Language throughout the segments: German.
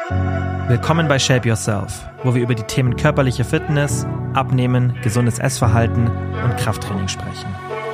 Willkommen bei Shape Yourself, wo wir über die Themen körperliche Fitness, Abnehmen, gesundes Essverhalten und Krafttraining sprechen.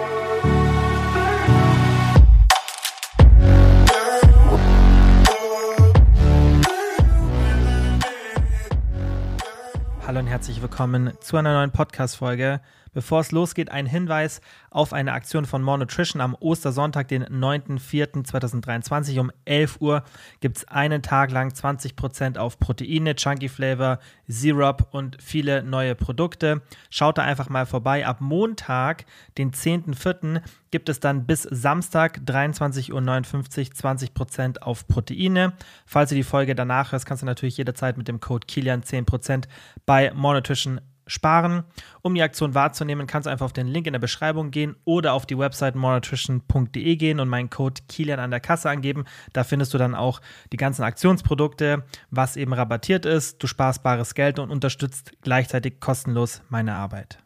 Hallo und herzlich willkommen zu einer neuen Podcast-Folge. Bevor es losgeht, ein Hinweis auf eine Aktion von More Nutrition. Am Ostersonntag, den 9.4.2023 um 11 Uhr gibt es einen Tag lang 20% auf Proteine, Chunky Flavor, Syrup und viele neue Produkte. Schaut da einfach mal vorbei. Ab Montag, den 10.4., gibt es dann bis Samstag 23.59 Uhr 20% auf Proteine. Falls du die Folge danach hörst, kannst du natürlich jederzeit mit dem Code Kilian 10% bei More Nutrition sparen. Um die Aktion wahrzunehmen, kannst du einfach auf den Link in der Beschreibung gehen oder auf die Website morenutrition.de gehen und meinen Code Kilian an der Kasse angeben. Da findest du dann auch die ganzen Aktionsprodukte, was eben rabattiert ist. Du sparst bares Geld und unterstützt gleichzeitig kostenlos meine Arbeit.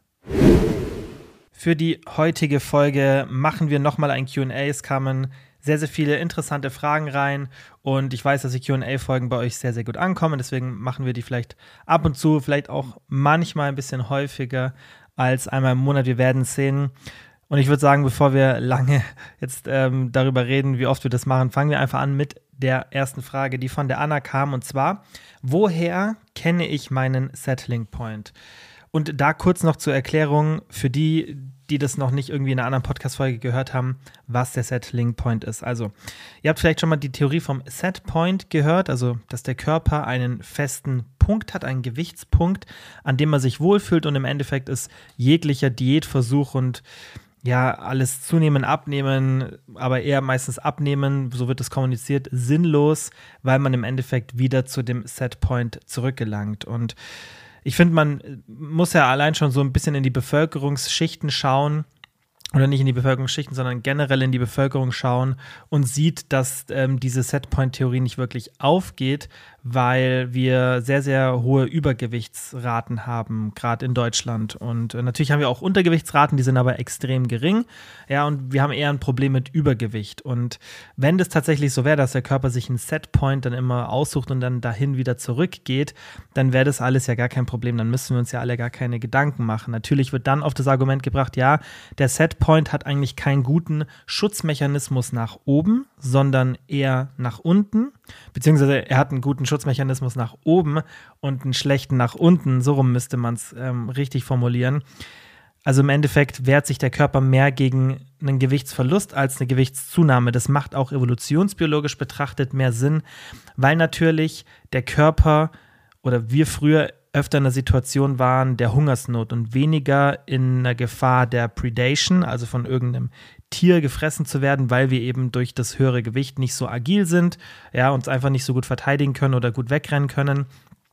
Für die heutige Folge machen wir nochmal ein Q&A. Es kamen sehr, sehr viele interessante Fragen rein und ich weiß, dass die Q&A-Folgen bei euch sehr, sehr gut ankommen. Deswegen machen wir die vielleicht ab und zu, vielleicht auch manchmal ein bisschen häufiger als einmal im Monat. Wir werden es sehen. Und ich würde sagen, bevor wir lange jetzt darüber reden, wie oft wir das machen, fangen wir einfach an mit der ersten Frage, die von der Anna kam. Und zwar, woher kenne ich meinen Settling Point? Und da kurz noch zur Erklärung für die das noch nicht irgendwie in einer anderen Podcast-Folge gehört haben, was der Settling Point ist. Also, ihr habt vielleicht schon mal die Theorie vom Set Point gehört, also, dass der Körper einen festen Punkt hat, einen Gewichtspunkt, an dem man sich wohlfühlt und im Endeffekt ist jeglicher Diätversuch und ja, alles zunehmen, abnehmen, aber eher meistens abnehmen, so wird es kommuniziert, sinnlos, weil man im Endeffekt wieder zu dem Set Point zurückgelangt. Und ich finde, man muss ja allein schon so ein bisschen in die Bevölkerungsschichten schauen, oder nicht in die Bevölkerungsschichten, sondern generell in die Bevölkerung schauen und sieht, dass diese Setpoint-Theorie nicht wirklich aufgeht, weil wir sehr, sehr hohe Übergewichtsraten haben, gerade in Deutschland. Und natürlich haben wir auch Untergewichtsraten, die sind aber extrem gering. Ja, und wir haben eher ein Problem mit Übergewicht. Und wenn das tatsächlich so wäre, dass der Körper sich einen Setpoint dann immer aussucht und dann dahin wieder zurückgeht, dann wäre das alles ja gar kein Problem. Dann müssen wir uns ja alle gar keine Gedanken machen. Natürlich wird dann auf das Argument gebracht, ja, der Setpoint hat eigentlich keinen guten Schutzmechanismus nach oben, sondern eher nach unten, beziehungsweise er hat einen guten Schutzmechanismus nach oben und einen schlechten nach unten, so rum müsste man es richtig formulieren. Also im Endeffekt wehrt sich der Körper mehr gegen einen Gewichtsverlust als eine Gewichtszunahme. Das macht auch evolutionsbiologisch betrachtet mehr Sinn, weil natürlich der Körper oder wir früher öfter in einer Situation waren der Hungersnot und weniger in einer Gefahr der Predation, also von irgendeinem Tier gefressen zu werden, weil wir eben durch das höhere Gewicht nicht so agil sind, ja, uns einfach nicht so gut verteidigen können oder gut wegrennen können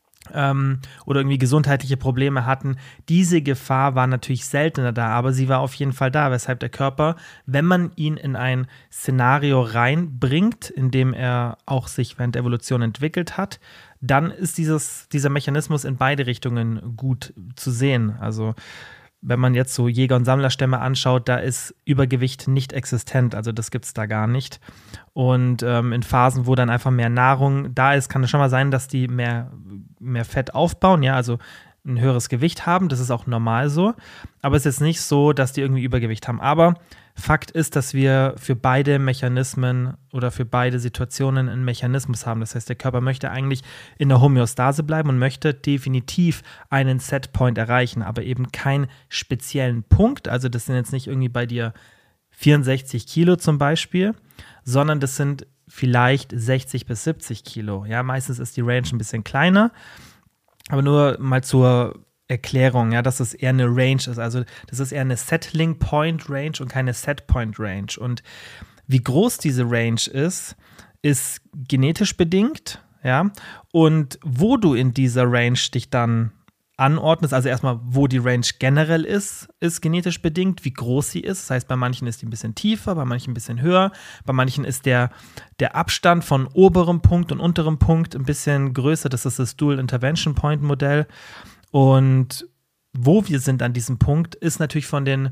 oder irgendwie gesundheitliche Probleme hatten. Diese Gefahr war natürlich seltener da, aber sie war auf jeden Fall da, weshalb der Körper, wenn man ihn in ein Szenario reinbringt, in dem er auch sich während der Evolution entwickelt hat, dann ist dieser Mechanismus in beide Richtungen gut zu sehen. Also wenn man jetzt so Jäger- und Sammlerstämme anschaut, da ist Übergewicht nicht existent, also das gibt es da gar nicht. Und in Phasen, wo dann einfach mehr Nahrung da ist, kann es schon mal sein, dass die mehr Fett aufbauen, ja, also ein höheres Gewicht haben, das ist auch normal so, aber es ist jetzt nicht so, dass die irgendwie Übergewicht haben. Aber Fakt ist, dass wir für beide Mechanismen oder für beide Situationen einen Mechanismus haben. Das heißt, der Körper möchte eigentlich in der Homöostase bleiben und möchte definitiv einen Setpoint erreichen, aber eben keinen speziellen Punkt. Also das sind jetzt nicht irgendwie bei dir 64 Kilo zum Beispiel, sondern das sind vielleicht 60 bis 70 Kilo. Ja, meistens ist die Range ein bisschen kleiner, aber nur mal zur Erklärung, ja, dass es eher eine Range ist. Also das ist eher eine Settling Point Range und keine Set Point Range. Und wie groß diese Range ist genetisch bedingt, ja. Und wo du in dieser Range dich dann anordnest, also erstmal, wo die Range generell ist genetisch bedingt, wie groß sie ist. Das heißt, bei manchen ist die ein bisschen tiefer, bei manchen ein bisschen höher, bei manchen ist der Abstand von oberem Punkt und unterem Punkt ein bisschen größer. Das ist das Dual Intervention Point Modell. Und wo wir sind an diesem Punkt, ist natürlich von den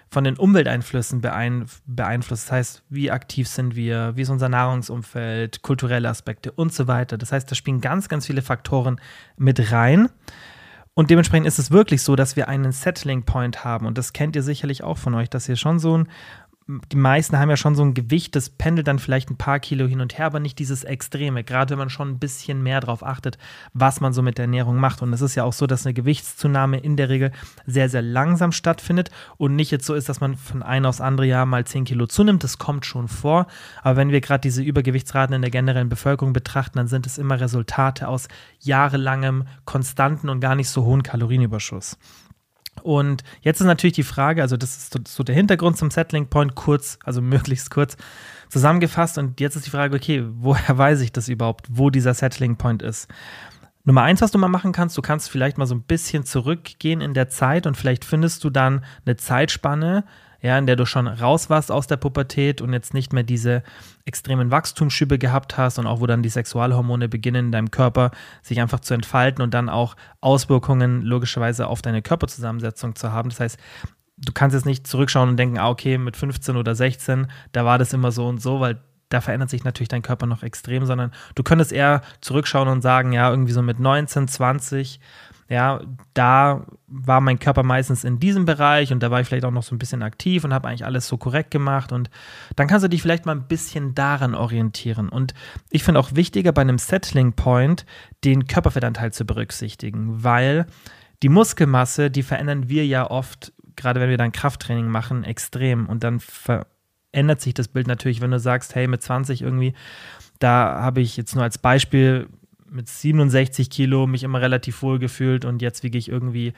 von den Umwelteinflüssen beeinflusst. Das heißt, wie aktiv sind wir, wie ist unser Nahrungsumfeld, kulturelle Aspekte und so weiter. Das heißt, da spielen ganz, ganz viele Faktoren mit rein. Und dementsprechend ist es wirklich so, dass wir einen Settling Point haben. Und das kennt ihr sicherlich auch von euch, dass ihr schon die meisten haben ja schon so ein Gewicht, das pendelt dann vielleicht ein paar Kilo hin und her, aber nicht dieses Extreme, gerade wenn man schon ein bisschen mehr darauf achtet, was man so mit der Ernährung macht. Und es ist ja auch so, dass eine Gewichtszunahme in der Regel sehr, sehr langsam stattfindet und nicht jetzt so ist, dass man von einem aufs andere Jahr mal 10 Kilo zunimmt. Das kommt schon vor. Aber wenn wir gerade diese Übergewichtsraten in der generellen Bevölkerung betrachten, dann sind es immer Resultate aus jahrelangem, konstanten und gar nicht so hohen Kalorienüberschuss. Und jetzt ist natürlich die Frage, also das ist so der Hintergrund zum Settling Point, also möglichst kurz zusammengefasst. Und jetzt ist die Frage, okay, woher weiß ich das überhaupt, wo dieser Settling Point ist? Nummer 1, was du mal machen kannst, du kannst vielleicht mal so ein bisschen zurückgehen in der Zeit und vielleicht findest du dann eine Zeitspanne, ja, in der du schon raus warst aus der Pubertät und jetzt nicht mehr diese extremen Wachstumsschübe gehabt hast und auch wo dann die Sexualhormone beginnen in deinem Körper sich einfach zu entfalten und dann auch Auswirkungen logischerweise auf deine Körperzusammensetzung zu haben. Das heißt, du kannst jetzt nicht zurückschauen und denken, okay, mit 15 oder 16, da war das immer so und so, weil da verändert sich natürlich dein Körper noch extrem, sondern du könntest eher zurückschauen und sagen, ja, irgendwie so mit 19, 20, ja, da war mein Körper meistens in diesem Bereich und da war ich vielleicht auch noch so ein bisschen aktiv und habe eigentlich alles so korrekt gemacht und dann kannst du dich vielleicht mal ein bisschen daran orientieren. Und ich finde auch wichtiger bei einem Settling Point den Körperfettanteil zu berücksichtigen, weil die Muskelmasse, die verändern wir ja oft, gerade wenn wir dann Krafttraining machen, extrem und dann verändert sich das Bild natürlich, wenn du sagst, hey, mit 20 irgendwie, da habe ich jetzt nur als Beispiel mit 67 Kilo mich immer relativ wohl gefühlt und jetzt wiege ich irgendwie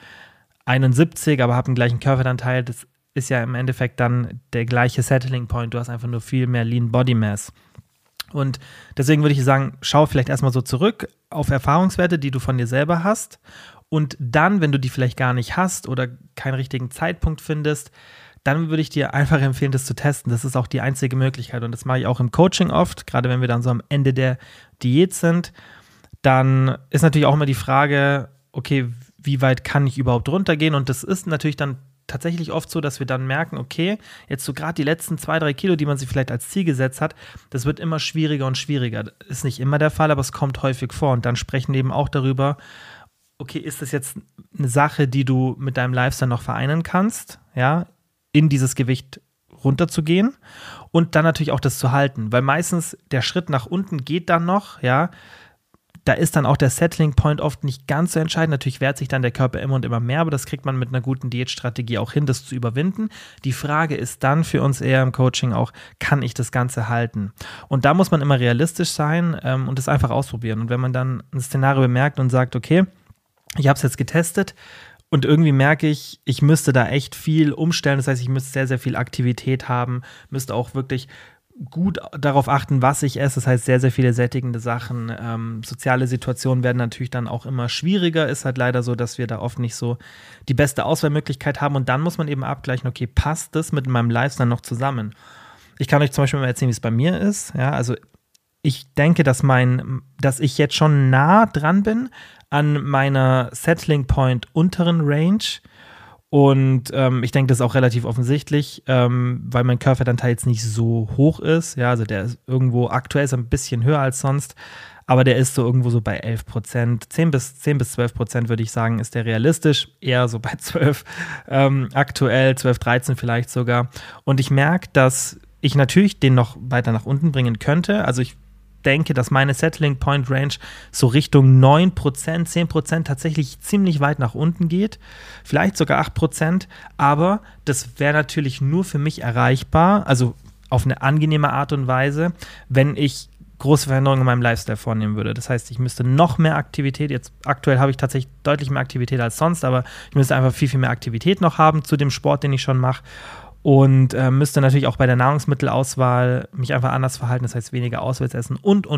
71, aber habe einen gleichen Körperfettanteil. Das ist ja im Endeffekt dann der gleiche Settling Point. Du hast einfach nur viel mehr Lean Body Mass. Und deswegen würde ich sagen, schau vielleicht erstmal so zurück auf Erfahrungswerte, die du von dir selber hast. Und dann, wenn du die vielleicht gar nicht hast oder keinen richtigen Zeitpunkt findest, dann würde ich dir einfach empfehlen, das zu testen. Das ist auch die einzige Möglichkeit. Und das mache ich auch im Coaching oft, gerade wenn wir dann so am Ende der Diät sind. Dann ist natürlich auch immer die Frage, okay, wie weit kann ich überhaupt runtergehen? Und das ist natürlich dann tatsächlich oft so, dass wir dann merken, okay, jetzt so gerade die letzten 2-3 Kilo, die man sich vielleicht als Ziel gesetzt hat, das wird immer schwieriger und schwieriger. Das ist nicht immer der Fall, aber es kommt häufig vor. Und dann sprechen wir eben auch darüber, okay, ist das jetzt eine Sache, die du mit deinem Lifestyle noch vereinen kannst, ja, in dieses Gewicht runterzugehen und dann natürlich auch das zu halten, weil meistens der Schritt nach unten geht dann noch, ja, da ist dann auch der Settling Point oft nicht ganz so entscheidend. Natürlich wehrt sich dann der Körper immer und immer mehr, aber das kriegt man mit einer guten Diätstrategie auch hin, das zu überwinden. Die Frage ist dann für uns eher im Coaching auch, kann ich das Ganze halten? Und da muss man immer realistisch sein und das einfach ausprobieren. Und wenn man dann ein Szenario bemerkt und sagt, okay, ich habe es jetzt getestet und irgendwie merke ich, ich müsste da echt viel umstellen. Das heißt, ich müsste sehr, sehr viel Aktivität haben, müsste auch wirklich gut darauf achten, was ich esse. Das heißt, sehr, sehr viele sättigende Sachen. Soziale Situationen werden natürlich dann auch immer schwieriger. Ist halt leider so, dass wir da oft nicht so die beste Auswahlmöglichkeit haben. Und dann muss man eben abgleichen, okay, passt das mit meinem Lifestyle noch zusammen? Ich kann euch zum Beispiel mal erzählen, wie es bei mir ist. Ja, also ich denke, dass ich jetzt schon nah dran bin an meiner Settling Point unteren Range. Und ich denke, das ist auch relativ offensichtlich, weil mein Körperfettanteil jetzt nicht so hoch ist. Ja, also der ist irgendwo aktuell ist ein bisschen höher als sonst, aber der ist so irgendwo so bei 11%. 10 bis 12% würde ich sagen, ist der realistisch. Eher so bei 12, aktuell 12, 13 vielleicht sogar. Und ich merke, dass ich natürlich den noch weiter nach unten bringen könnte. Also ich denke, dass meine Settling Point Range so Richtung 9%, 10% tatsächlich ziemlich weit nach unten geht, vielleicht sogar 8%, aber das wäre natürlich nur für mich erreichbar, also auf eine angenehme Art und Weise, wenn ich große Veränderungen in meinem Lifestyle vornehmen würde. Das heißt, ich müsste noch mehr Aktivität, jetzt aktuell habe ich tatsächlich deutlich mehr Aktivität als sonst, aber ich müsste einfach viel, viel mehr Aktivität noch haben zu dem Sport, den ich schon mache. Und müsste natürlich auch bei der Nahrungsmittelauswahl mich einfach anders verhalten, das heißt weniger auswärts essen und.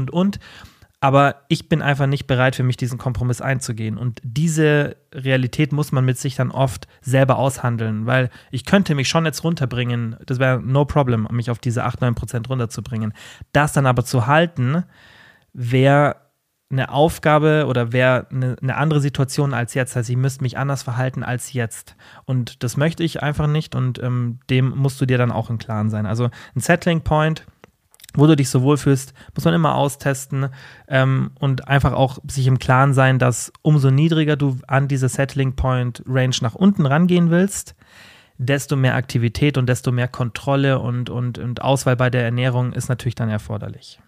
Aber ich bin einfach nicht bereit, für mich diesen Kompromiss einzugehen. Und diese Realität muss man mit sich dann oft selber aushandeln, weil ich könnte mich schon jetzt runterbringen, das wäre no problem, mich auf diese 8-9% runterzubringen. Das dann aber zu halten, wäre eine Aufgabe oder wäre eine andere Situation als jetzt. Das heißt, ich müsste mich anders verhalten als jetzt. Und das möchte ich einfach nicht und dem musst du dir dann auch im Klaren sein. Also ein Settling Point, wo du dich so wohlfühlst, muss man immer austesten und einfach auch sich im Klaren sein, dass umso niedriger du an diese Settling Point Range nach unten rangehen willst, desto mehr Aktivität und desto mehr Kontrolle und Auswahl bei der Ernährung ist natürlich dann erforderlich.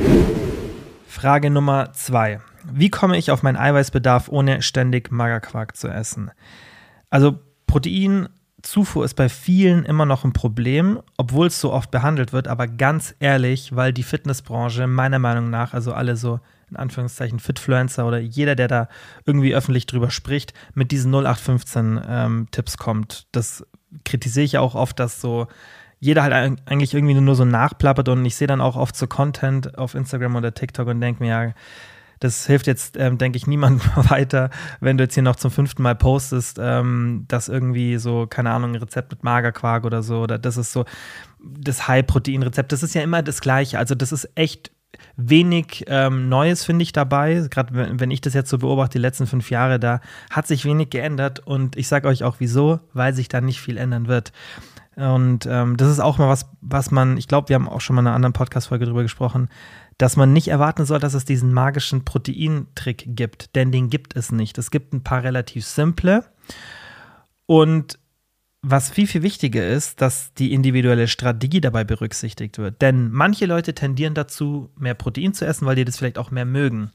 Frage Nummer 2. Wie komme ich auf meinen Eiweißbedarf, ohne ständig Magerquark zu essen? Also Proteinzufuhr ist bei vielen immer noch ein Problem, obwohl es so oft behandelt wird, aber ganz ehrlich, weil die Fitnessbranche meiner Meinung nach, also alle so in Anführungszeichen Fitfluencer oder jeder, der da irgendwie öffentlich drüber spricht, mit diesen 0815 Tipps kommt. Das kritisiere ich auch oft, dass so jeder halt eigentlich irgendwie nur so nachplappert und ich sehe dann auch oft so Content auf Instagram oder TikTok und denke mir, ja, das hilft jetzt, denke ich, niemandem weiter, wenn du jetzt hier noch zum 5. Mal postest, dass irgendwie so, keine Ahnung, ein Rezept mit Magerquark oder so, oder das ist so das High-Protein-Rezept, das ist ja immer das Gleiche, also das ist echt wenig Neues, finde ich, dabei, gerade wenn ich das jetzt so beobachte, die letzten 5 Jahre, da hat sich wenig geändert und ich sage euch auch wieso, weil sich da nicht viel ändern wird. Und das ist auch mal was man, ich glaube, wir haben auch schon mal in einer anderen Podcast-Folge drüber gesprochen, dass man nicht erwarten soll, dass es diesen magischen Proteintrick gibt, denn den gibt es nicht. Es gibt ein paar relativ simple und was viel, viel wichtiger ist, dass die individuelle Strategie dabei berücksichtigt wird. Denn manche Leute tendieren dazu, mehr Protein zu essen, weil die das vielleicht auch mehr mögen.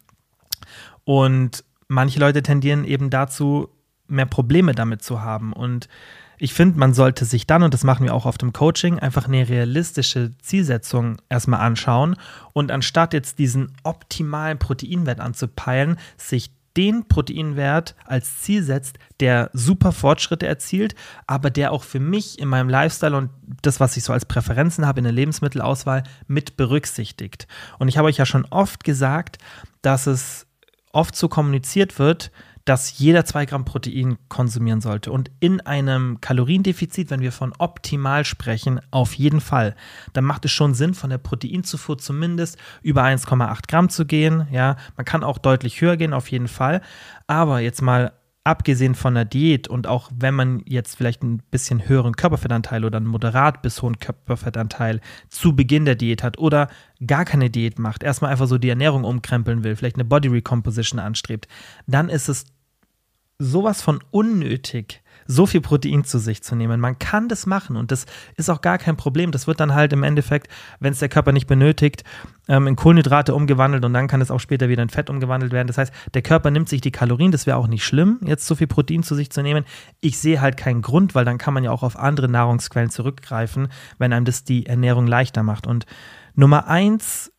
Und manche Leute tendieren eben dazu, mehr Probleme damit zu haben. Und ich finde, man sollte sich dann, und das machen wir auch auf dem Coaching, einfach eine realistische Zielsetzung erstmal anschauen und anstatt jetzt diesen optimalen Proteinwert anzupeilen, sich den Proteinwert als Ziel setzt, der super Fortschritte erzielt, aber der auch für mich in meinem Lifestyle und das, was ich so als Präferenzen habe in der Lebensmittelauswahl, mit berücksichtigt. Und ich habe euch ja schon oft gesagt, dass es oft so kommuniziert wird, dass jeder 2 Gramm Protein konsumieren sollte. Und in einem Kaloriendefizit, wenn wir von optimal sprechen, auf jeden Fall. Dann macht es schon Sinn, von der Proteinzufuhr zumindest über 1,8 Gramm zu gehen. Ja, man kann auch deutlich höher gehen, auf jeden Fall. Aber jetzt mal abgesehen von der Diät und auch wenn man jetzt vielleicht ein bisschen höheren Körperfettanteil oder einen moderat bis hohen Körperfettanteil zu Beginn der Diät hat oder gar keine Diät macht, erstmal einfach so die Ernährung umkrempeln will, vielleicht eine Body Recomposition anstrebt, dann ist es sowas von unnötig, so viel Protein zu sich zu nehmen. Man kann das machen und das ist auch gar kein Problem. Das wird dann halt im Endeffekt, wenn es der Körper nicht benötigt, in Kohlenhydrate umgewandelt und dann kann es auch später wieder in Fett umgewandelt werden. Das heißt, der Körper nimmt sich die Kalorien, das wäre auch nicht schlimm, jetzt so viel Protein zu sich zu nehmen. Ich sehe halt keinen Grund, weil dann kann man ja auch auf andere Nahrungsquellen zurückgreifen, wenn einem das die Ernährung leichter macht. Und Nummer 1,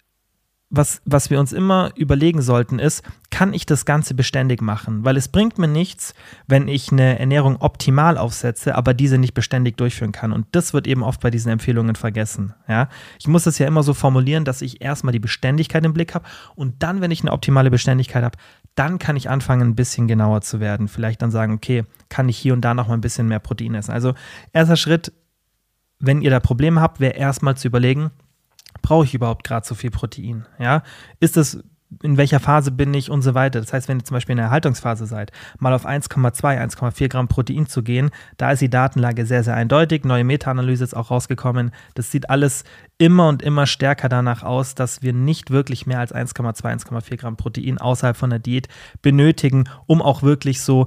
was wir uns immer überlegen sollten, ist, kann ich das Ganze beständig machen? Weil es bringt mir nichts, wenn ich eine Ernährung optimal aufsetze, aber diese nicht beständig durchführen kann. Und das wird eben oft bei diesen Empfehlungen vergessen. Ja? Ich muss das ja immer so formulieren, dass ich erstmal die Beständigkeit im Blick habe und dann, wenn ich eine optimale Beständigkeit habe, dann kann ich anfangen, ein bisschen genauer zu werden. Vielleicht dann sagen, okay, kann ich hier und da noch mal ein bisschen mehr Protein essen? Also erster Schritt, wenn ihr da Probleme habt, wäre erstmal zu überlegen, brauche ich überhaupt gerade so viel Protein? Ja? Ist es, in welcher Phase bin ich und so weiter? Das heißt, wenn ihr zum Beispiel in der Erhaltungsphase seid, mal auf 1,2, 1,4 Gramm Protein zu gehen, da ist die Datenlage sehr, sehr eindeutig. Neue Meta-Analyse ist auch rausgekommen. Das sieht alles immer und immer stärker danach aus, dass wir nicht wirklich mehr als 1,2, 1,4 Gramm Protein außerhalb von der Diät benötigen, um auch wirklich so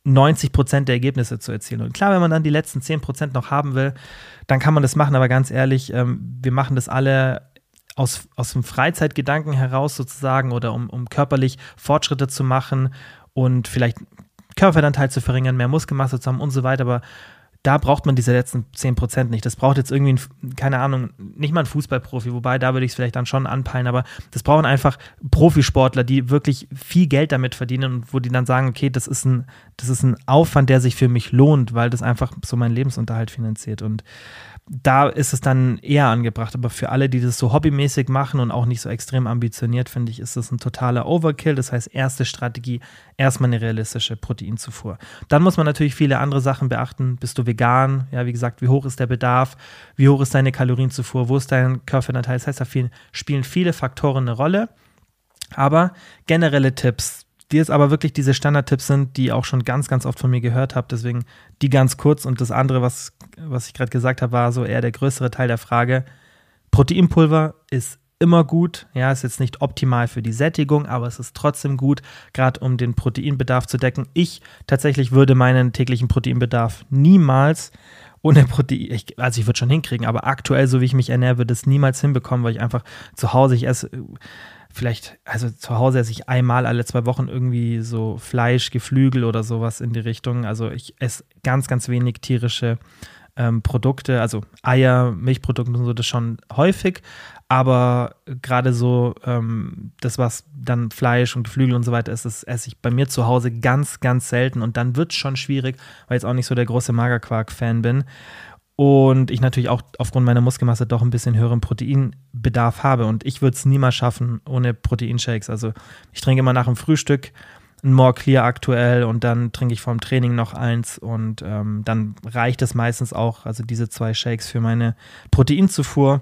90% der Ergebnisse zu erzielen. Und klar, wenn man dann die letzten 10% noch haben will, dann kann man das machen, aber ganz ehrlich, wir machen das alle aus dem Freizeitgedanken heraus sozusagen oder um körperlich Fortschritte zu machen und vielleicht Körperfettanteil zu verringern, mehr Muskelmasse zu haben und so weiter, aber da braucht man diese letzten 10% nicht. Das braucht jetzt irgendwie, keine Ahnung, nicht mal ein Fußballprofi, wobei da würde ich es vielleicht dann schon anpeilen, aber das brauchen einfach Profisportler, die wirklich viel Geld damit verdienen und wo die dann sagen, okay, das ist ein Aufwand, der sich für mich lohnt, weil das einfach so meinen Lebensunterhalt finanziert und da ist es dann eher angebracht, aber für alle, die das so hobbymäßig machen und auch nicht so extrem ambitioniert, finde ich, ist das ein totaler Overkill. Das heißt, erste Strategie, erstmal eine realistische Proteinzufuhr. Dann muss man natürlich viele andere Sachen beachten. Bist du vegan? Ja, wie gesagt, wie hoch ist der Bedarf? Wie hoch ist deine Kalorienzufuhr? Wo ist dein Körperfettanteil? Das heißt, da spielen viele Faktoren eine Rolle. Aber generelle Tipps, die jetzt aber wirklich diese Standardtipps sind, die ihr auch schon ganz, ganz oft von mir gehört habt, deswegen die ganz kurz. Und das andere, was ich gerade gesagt habe, war so eher der größere Teil der Frage. Proteinpulver ist immer gut, ja, ist jetzt nicht optimal für die Sättigung, aber es ist trotzdem gut, gerade um den Proteinbedarf zu decken. Ich tatsächlich würde meinen täglichen Proteinbedarf niemals ohne Protein, ich würde schon hinkriegen, aber aktuell, so wie ich mich ernähre, würde es niemals hinbekommen, weil ich einfach zu Hause, zu Hause esse ich einmal alle 2 Wochen irgendwie so Fleisch, Geflügel oder sowas in die Richtung. Also ich esse ganz, ganz wenig tierische Produkte, also Eier, Milchprodukte und so, das schon häufig, aber gerade so das, was dann Fleisch und Geflügel und so weiter ist, das esse ich bei mir zu Hause ganz, ganz selten und dann wird es schon schwierig, weil ich jetzt auch nicht so der große Magerquark-Fan bin und ich natürlich auch aufgrund meiner Muskelmasse doch ein bisschen höheren Proteinbedarf habe und ich würde es niemals schaffen ohne Proteinshakes. Also ich trinke immer nach dem Frühstück ein More Clear aktuell und dann trinke ich vorm Training noch eins und dann reicht es meistens auch, also diese 2 Shakes für meine Proteinzufuhr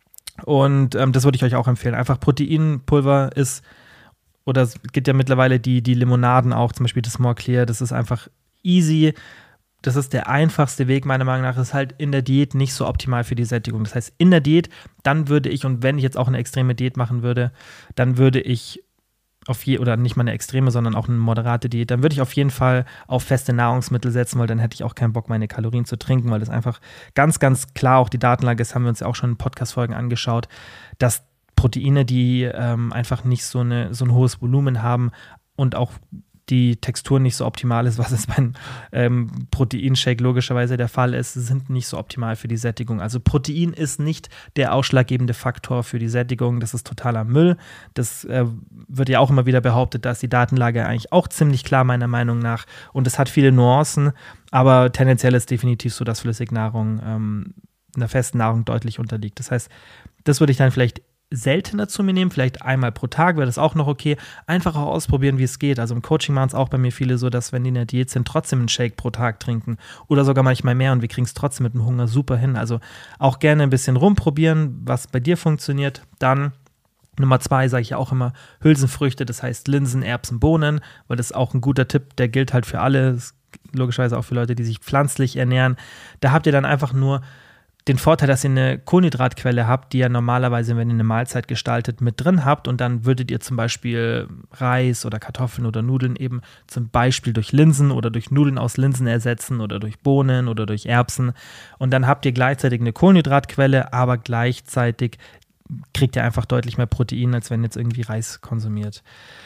und das würde ich euch auch empfehlen. Einfach Proteinpulver ist, oder es gibt ja mittlerweile die Limonaden auch, zum Beispiel das More Clear, das ist einfach easy. Das ist der einfachste Weg, meiner Meinung nach. Das ist halt in der Diät nicht so optimal für die Sättigung. Das heißt, in der Diät, dann würde ich, und wenn ich jetzt auch eine extreme Diät machen würde, dann würde ich oder nicht mal eine extreme, sondern auch eine moderate Diät, dann würde ich auf jeden Fall auf feste Nahrungsmittel setzen, weil dann hätte ich auch keinen Bock, meine Kalorien zu trinken, weil das einfach ganz, ganz klar auch die Datenlage ist, haben wir uns ja auch schon in Podcast-Folgen angeschaut, dass Proteine, die einfach nicht so ein hohes Volumen haben und auch die Textur nicht so optimal ist, was es beim Proteinshake logischerweise der Fall ist, sind nicht so optimal für die Sättigung. Also Protein ist nicht der ausschlaggebende Faktor für die Sättigung, das ist totaler Müll. Das wird ja auch immer wieder behauptet, da ist die Datenlage eigentlich auch ziemlich klar, meiner Meinung nach. Und es hat viele Nuancen, aber tendenziell ist definitiv so, dass Flüssignahrung einer festen Nahrung deutlich unterliegt. Das heißt, das würde ich dann vielleicht seltener zu mir nehmen, vielleicht einmal pro Tag wäre das auch noch okay. Einfach auch ausprobieren, wie es geht. Also im Coaching machen es auch bei mir viele so, dass wenn die in der Diät sind, trotzdem einen Shake pro Tag trinken oder sogar manchmal mehr und wir kriegen es trotzdem mit dem Hunger super hin. Also auch gerne ein bisschen rumprobieren, was bei dir funktioniert. Dann Nummer 2 sage ich ja auch immer Hülsenfrüchte, das heißt Linsen, Erbsen, Bohnen, weil das ist auch ein guter Tipp, der gilt halt für alle, logischerweise auch für Leute, die sich pflanzlich ernähren. Da habt ihr dann einfach nur den Vorteil, dass ihr eine Kohlenhydratquelle habt, die ihr normalerweise, wenn ihr eine Mahlzeit gestaltet, mit drin habt und dann würdet ihr zum Beispiel Reis oder Kartoffeln oder Nudeln eben zum Beispiel durch Linsen oder durch Nudeln aus Linsen ersetzen oder durch Bohnen oder durch Erbsen und dann habt ihr gleichzeitig eine Kohlenhydratquelle, aber gleichzeitig kriegt ihr einfach deutlich mehr Protein, als wenn ihr jetzt irgendwie Reis konsumiert.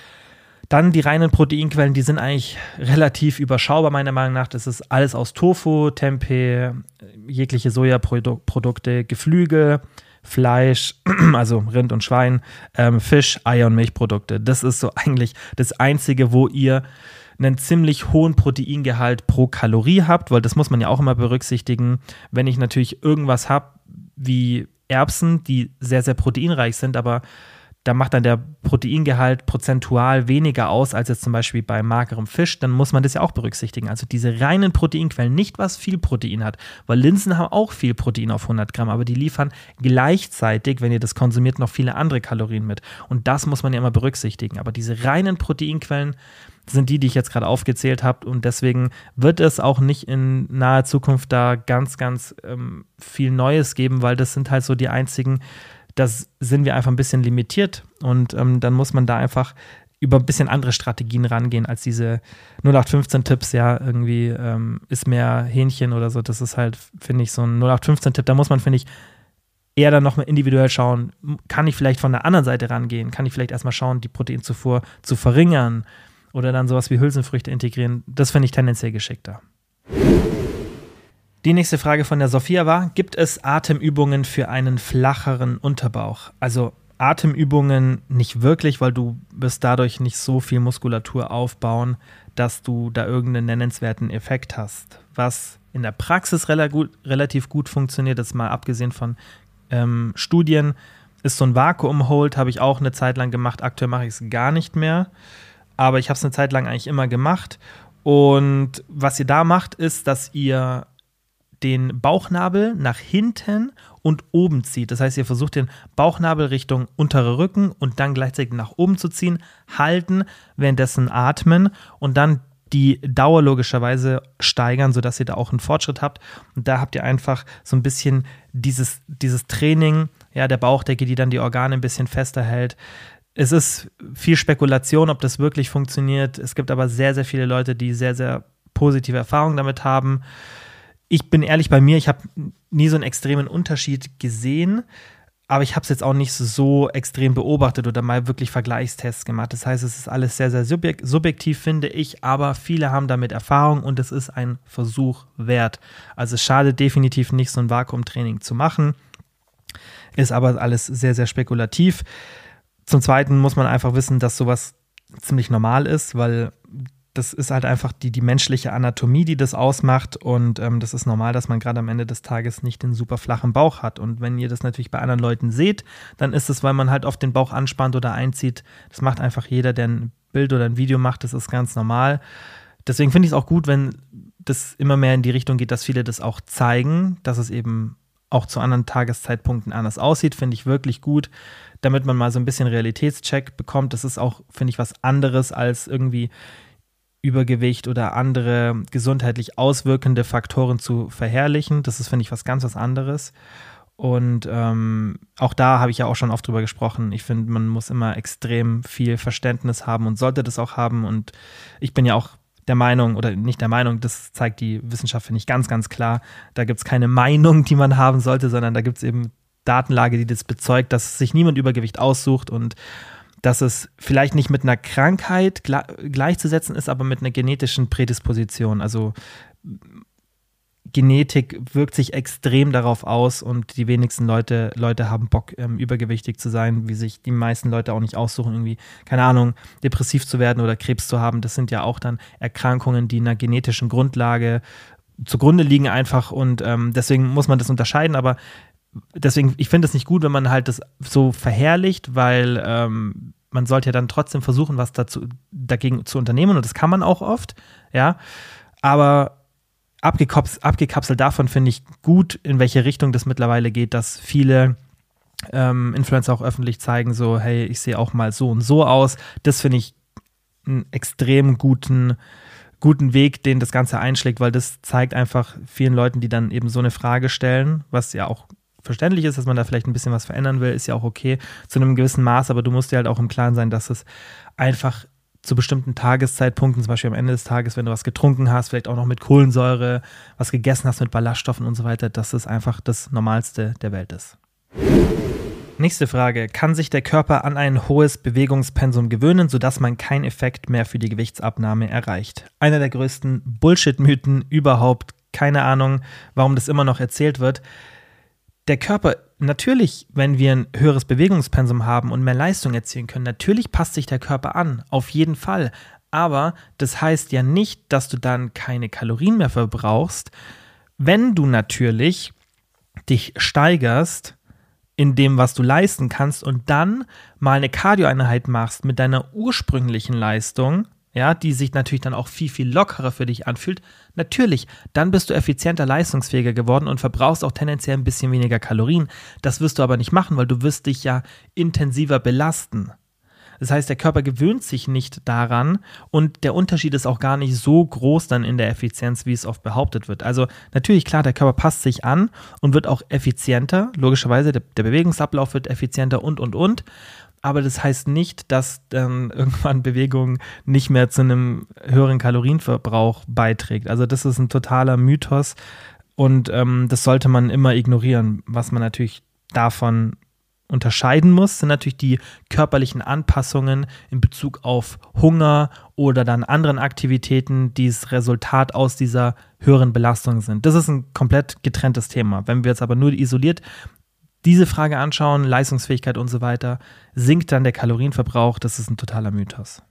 Dann die reinen Proteinquellen, die sind eigentlich relativ überschaubar, meiner Meinung nach. Das ist alles aus Tofu, Tempeh, jegliche Sojaprodukte, Geflügel, Fleisch, also Rind und Schwein, Fisch, Eier und Milchprodukte. Das ist so eigentlich das Einzige, wo ihr einen ziemlich hohen Proteingehalt pro Kalorie habt, weil das muss man ja auch immer berücksichtigen. Wenn ich natürlich irgendwas habe wie Erbsen, die sehr, sehr proteinreich sind, aber da macht dann der Proteingehalt prozentual weniger aus als jetzt zum Beispiel bei magerem Fisch, dann muss man das ja auch berücksichtigen. Also diese reinen Proteinquellen, nicht was viel Protein hat, weil Linsen haben auch viel Protein auf 100 Gramm, aber die liefern gleichzeitig, wenn ihr das konsumiert, noch viele andere Kalorien mit. Und das muss man ja immer berücksichtigen. Aber diese reinen Proteinquellen sind die ich jetzt gerade aufgezählt habe und deswegen wird es auch nicht in naher Zukunft da ganz, ganz viel Neues geben, weil das sind halt so die einzigen. Das sind wir einfach ein bisschen limitiert und dann muss man da einfach über ein bisschen andere Strategien rangehen als diese 0815-Tipps, ja, irgendwie ist mehr Hähnchen oder so. Das ist halt, finde ich, so ein 0815-Tipp. Da muss man, finde ich, eher dann nochmal individuell schauen, kann ich vielleicht von der anderen Seite rangehen? Kann ich vielleicht erstmal schauen, die Proteinzufuhr zu verringern oder dann sowas wie Hülsenfrüchte integrieren? Das finde ich tendenziell geschickter. Die nächste Frage von der Sophia war, gibt es Atemübungen für einen flacheren Unterbauch? Also Atemübungen nicht wirklich, weil du wirst dadurch nicht so viel Muskulatur aufbauen, dass du da irgendeinen nennenswerten Effekt hast. Was in der Praxis relativ gut funktioniert, das mal abgesehen von Studien, ist so ein Vakuum-Hold, habe ich auch eine Zeit lang gemacht. Aktuell mache ich es gar nicht mehr, aber ich habe es eine Zeit lang eigentlich immer gemacht. Und was ihr da macht, ist, dass ihr den Bauchnabel nach hinten und oben zieht. Das heißt, ihr versucht den Bauchnabel Richtung unterer Rücken und dann gleichzeitig nach oben zu ziehen, halten, währenddessen atmen und dann die Dauer logischerweise steigern, sodass ihr da auch einen Fortschritt habt. Und da habt ihr einfach so ein bisschen dieses Training, ja, der Bauchdecke, die dann die Organe ein bisschen fester hält. Es ist viel Spekulation, ob das wirklich funktioniert. Es gibt aber sehr, sehr viele Leute, die sehr, sehr positive Erfahrungen damit haben. Ich bin ehrlich bei mir, ich habe nie so einen extremen Unterschied gesehen, aber ich habe es jetzt auch nicht so extrem beobachtet oder mal wirklich Vergleichstests gemacht. Das heißt, es ist alles sehr, sehr subjektiv, finde ich, aber viele haben damit Erfahrung und es ist ein Versuch wert. Also es schadet definitiv nicht, so ein Vakuumtraining zu machen, ist aber alles sehr, sehr spekulativ. Zum Zweiten muss man einfach wissen, dass sowas ziemlich normal ist, weil das ist halt einfach die menschliche Anatomie, die das ausmacht und das ist normal, dass man gerade am Ende des Tages nicht den super flachen Bauch hat und wenn ihr das natürlich bei anderen Leuten seht, dann ist es, weil man halt oft den Bauch anspannt oder einzieht. Das macht einfach jeder, der ein Bild oder ein Video macht, das ist ganz normal. Deswegen finde ich es auch gut, wenn das immer mehr in die Richtung geht, dass viele das auch zeigen, dass es eben auch zu anderen Tageszeitpunkten anders aussieht, finde ich wirklich gut, damit man mal so ein bisschen Realitätscheck bekommt. Das ist auch, finde ich, was anderes als irgendwie Übergewicht oder andere gesundheitlich auswirkende Faktoren zu verherrlichen. Das ist, finde ich, was ganz anderes. Und auch da habe ich ja auch schon oft drüber gesprochen. Ich finde, man muss immer extrem viel Verständnis haben und sollte das auch haben. Und ich bin ja auch der Meinung, oder nicht der Meinung, das zeigt die Wissenschaft, finde ich, ganz klar. Da gibt es keine Meinung, die man haben sollte, sondern da gibt es eben Datenlage, die das bezeugt, dass sich niemand Übergewicht aussucht und dass es vielleicht nicht mit einer Krankheit gleichzusetzen ist, aber mit einer genetischen Prädisposition. Also Genetik wirkt sich extrem darauf aus und die wenigsten Leute haben Bock, übergewichtig zu sein, wie sich die meisten Leute auch nicht aussuchen, irgendwie, keine Ahnung, depressiv zu werden oder Krebs zu haben. Das sind ja auch dann Erkrankungen, die einer genetischen Grundlage zugrunde liegen einfach und deswegen muss man das unterscheiden, aber deswegen, ich finde es nicht gut, wenn man halt das so verherrlicht, weil man sollte ja dann trotzdem versuchen, was dagegen zu unternehmen und das kann man auch oft, ja, aber abgekapselt davon finde ich gut, in welche Richtung das mittlerweile geht, dass viele Influencer auch öffentlich zeigen, so, hey, ich sehe auch mal so und so aus. Das finde ich einen extrem guten Weg, den das Ganze einschlägt, weil das zeigt einfach vielen Leuten, die dann eben so eine Frage stellen, was ja auch verständlich ist, dass man da vielleicht ein bisschen was verändern will, ist ja auch okay, zu einem gewissen Maß, aber du musst dir halt auch im Klaren sein, dass es einfach zu bestimmten Tageszeitpunkten, zum Beispiel am Ende des Tages, wenn du was getrunken hast, vielleicht auch noch mit Kohlensäure, was gegessen hast mit Ballaststoffen und so weiter, dass es einfach das Normalste der Welt ist. Nächste Frage. Kann sich der Körper an ein hohes Bewegungspensum gewöhnen, sodass man keinen Effekt mehr für die Gewichtsabnahme erreicht? Einer der größten Bullshit-Mythen überhaupt. Keine Ahnung, warum das immer noch erzählt wird. Der Körper, natürlich, wenn wir ein höheres Bewegungspensum haben und mehr Leistung erzielen können, natürlich passt sich der Körper an, auf jeden Fall. Aber das heißt ja nicht, dass du dann keine Kalorien mehr verbrauchst, wenn du natürlich dich steigerst in dem, was du leisten kannst und dann mal eine Cardio-Einheit machst mit deiner ursprünglichen Leistung, ja, die sich natürlich dann auch viel lockerer für dich anfühlt, natürlich, dann bist du effizienter, leistungsfähiger geworden und verbrauchst auch tendenziell ein bisschen weniger Kalorien. Das wirst du aber nicht machen, weil du wirst dich ja intensiver belasten. Das heißt, der Körper gewöhnt sich nicht daran und der Unterschied ist auch gar nicht so groß dann in der Effizienz, wie es oft behauptet wird. Also natürlich, klar, der Körper passt sich an und wird auch effizienter, logischerweise, der Bewegungsablauf wird effizienter und. Aber das heißt nicht, dass dann irgendwann Bewegung nicht mehr zu einem höheren Kalorienverbrauch beiträgt. Also das ist ein totaler Mythos und das sollte man immer ignorieren. Was man natürlich davon unterscheiden muss, sind natürlich die körperlichen Anpassungen in Bezug auf Hunger oder dann anderen Aktivitäten, die das Resultat aus dieser höheren Belastung sind. Das ist ein komplett getrenntes Thema. Wenn wir jetzt aber nur isoliert diese Frage anschauen, Leistungsfähigkeit und so weiter, sinkt dann der Kalorienverbrauch. Das ist ein totaler Mythos.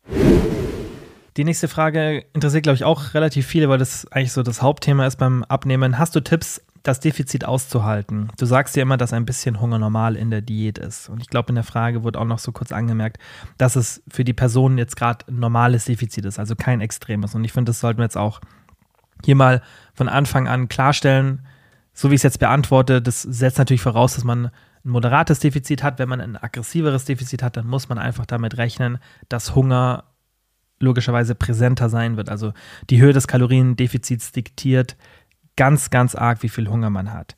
Die nächste Frage interessiert, glaube ich, auch relativ viele, weil das eigentlich so das Hauptthema ist beim Abnehmen. Hast du Tipps, das Defizit auszuhalten? Du sagst ja immer, dass ein bisschen Hunger normal in der Diät ist. Und ich glaube, in der Frage wurde auch noch so kurz angemerkt, dass es für die Person jetzt gerade ein normales Defizit ist, also kein extremes. Und ich finde, das sollten wir jetzt auch hier mal von Anfang an klarstellen, so wie ich es jetzt beantworte, das setzt natürlich voraus, dass man ein moderates Defizit hat. Wenn man ein aggressiveres Defizit hat, dann muss man einfach damit rechnen, dass Hunger logischerweise präsenter sein wird. Also die Höhe des Kaloriendefizits diktiert ganz, ganz arg, wie viel Hunger man hat.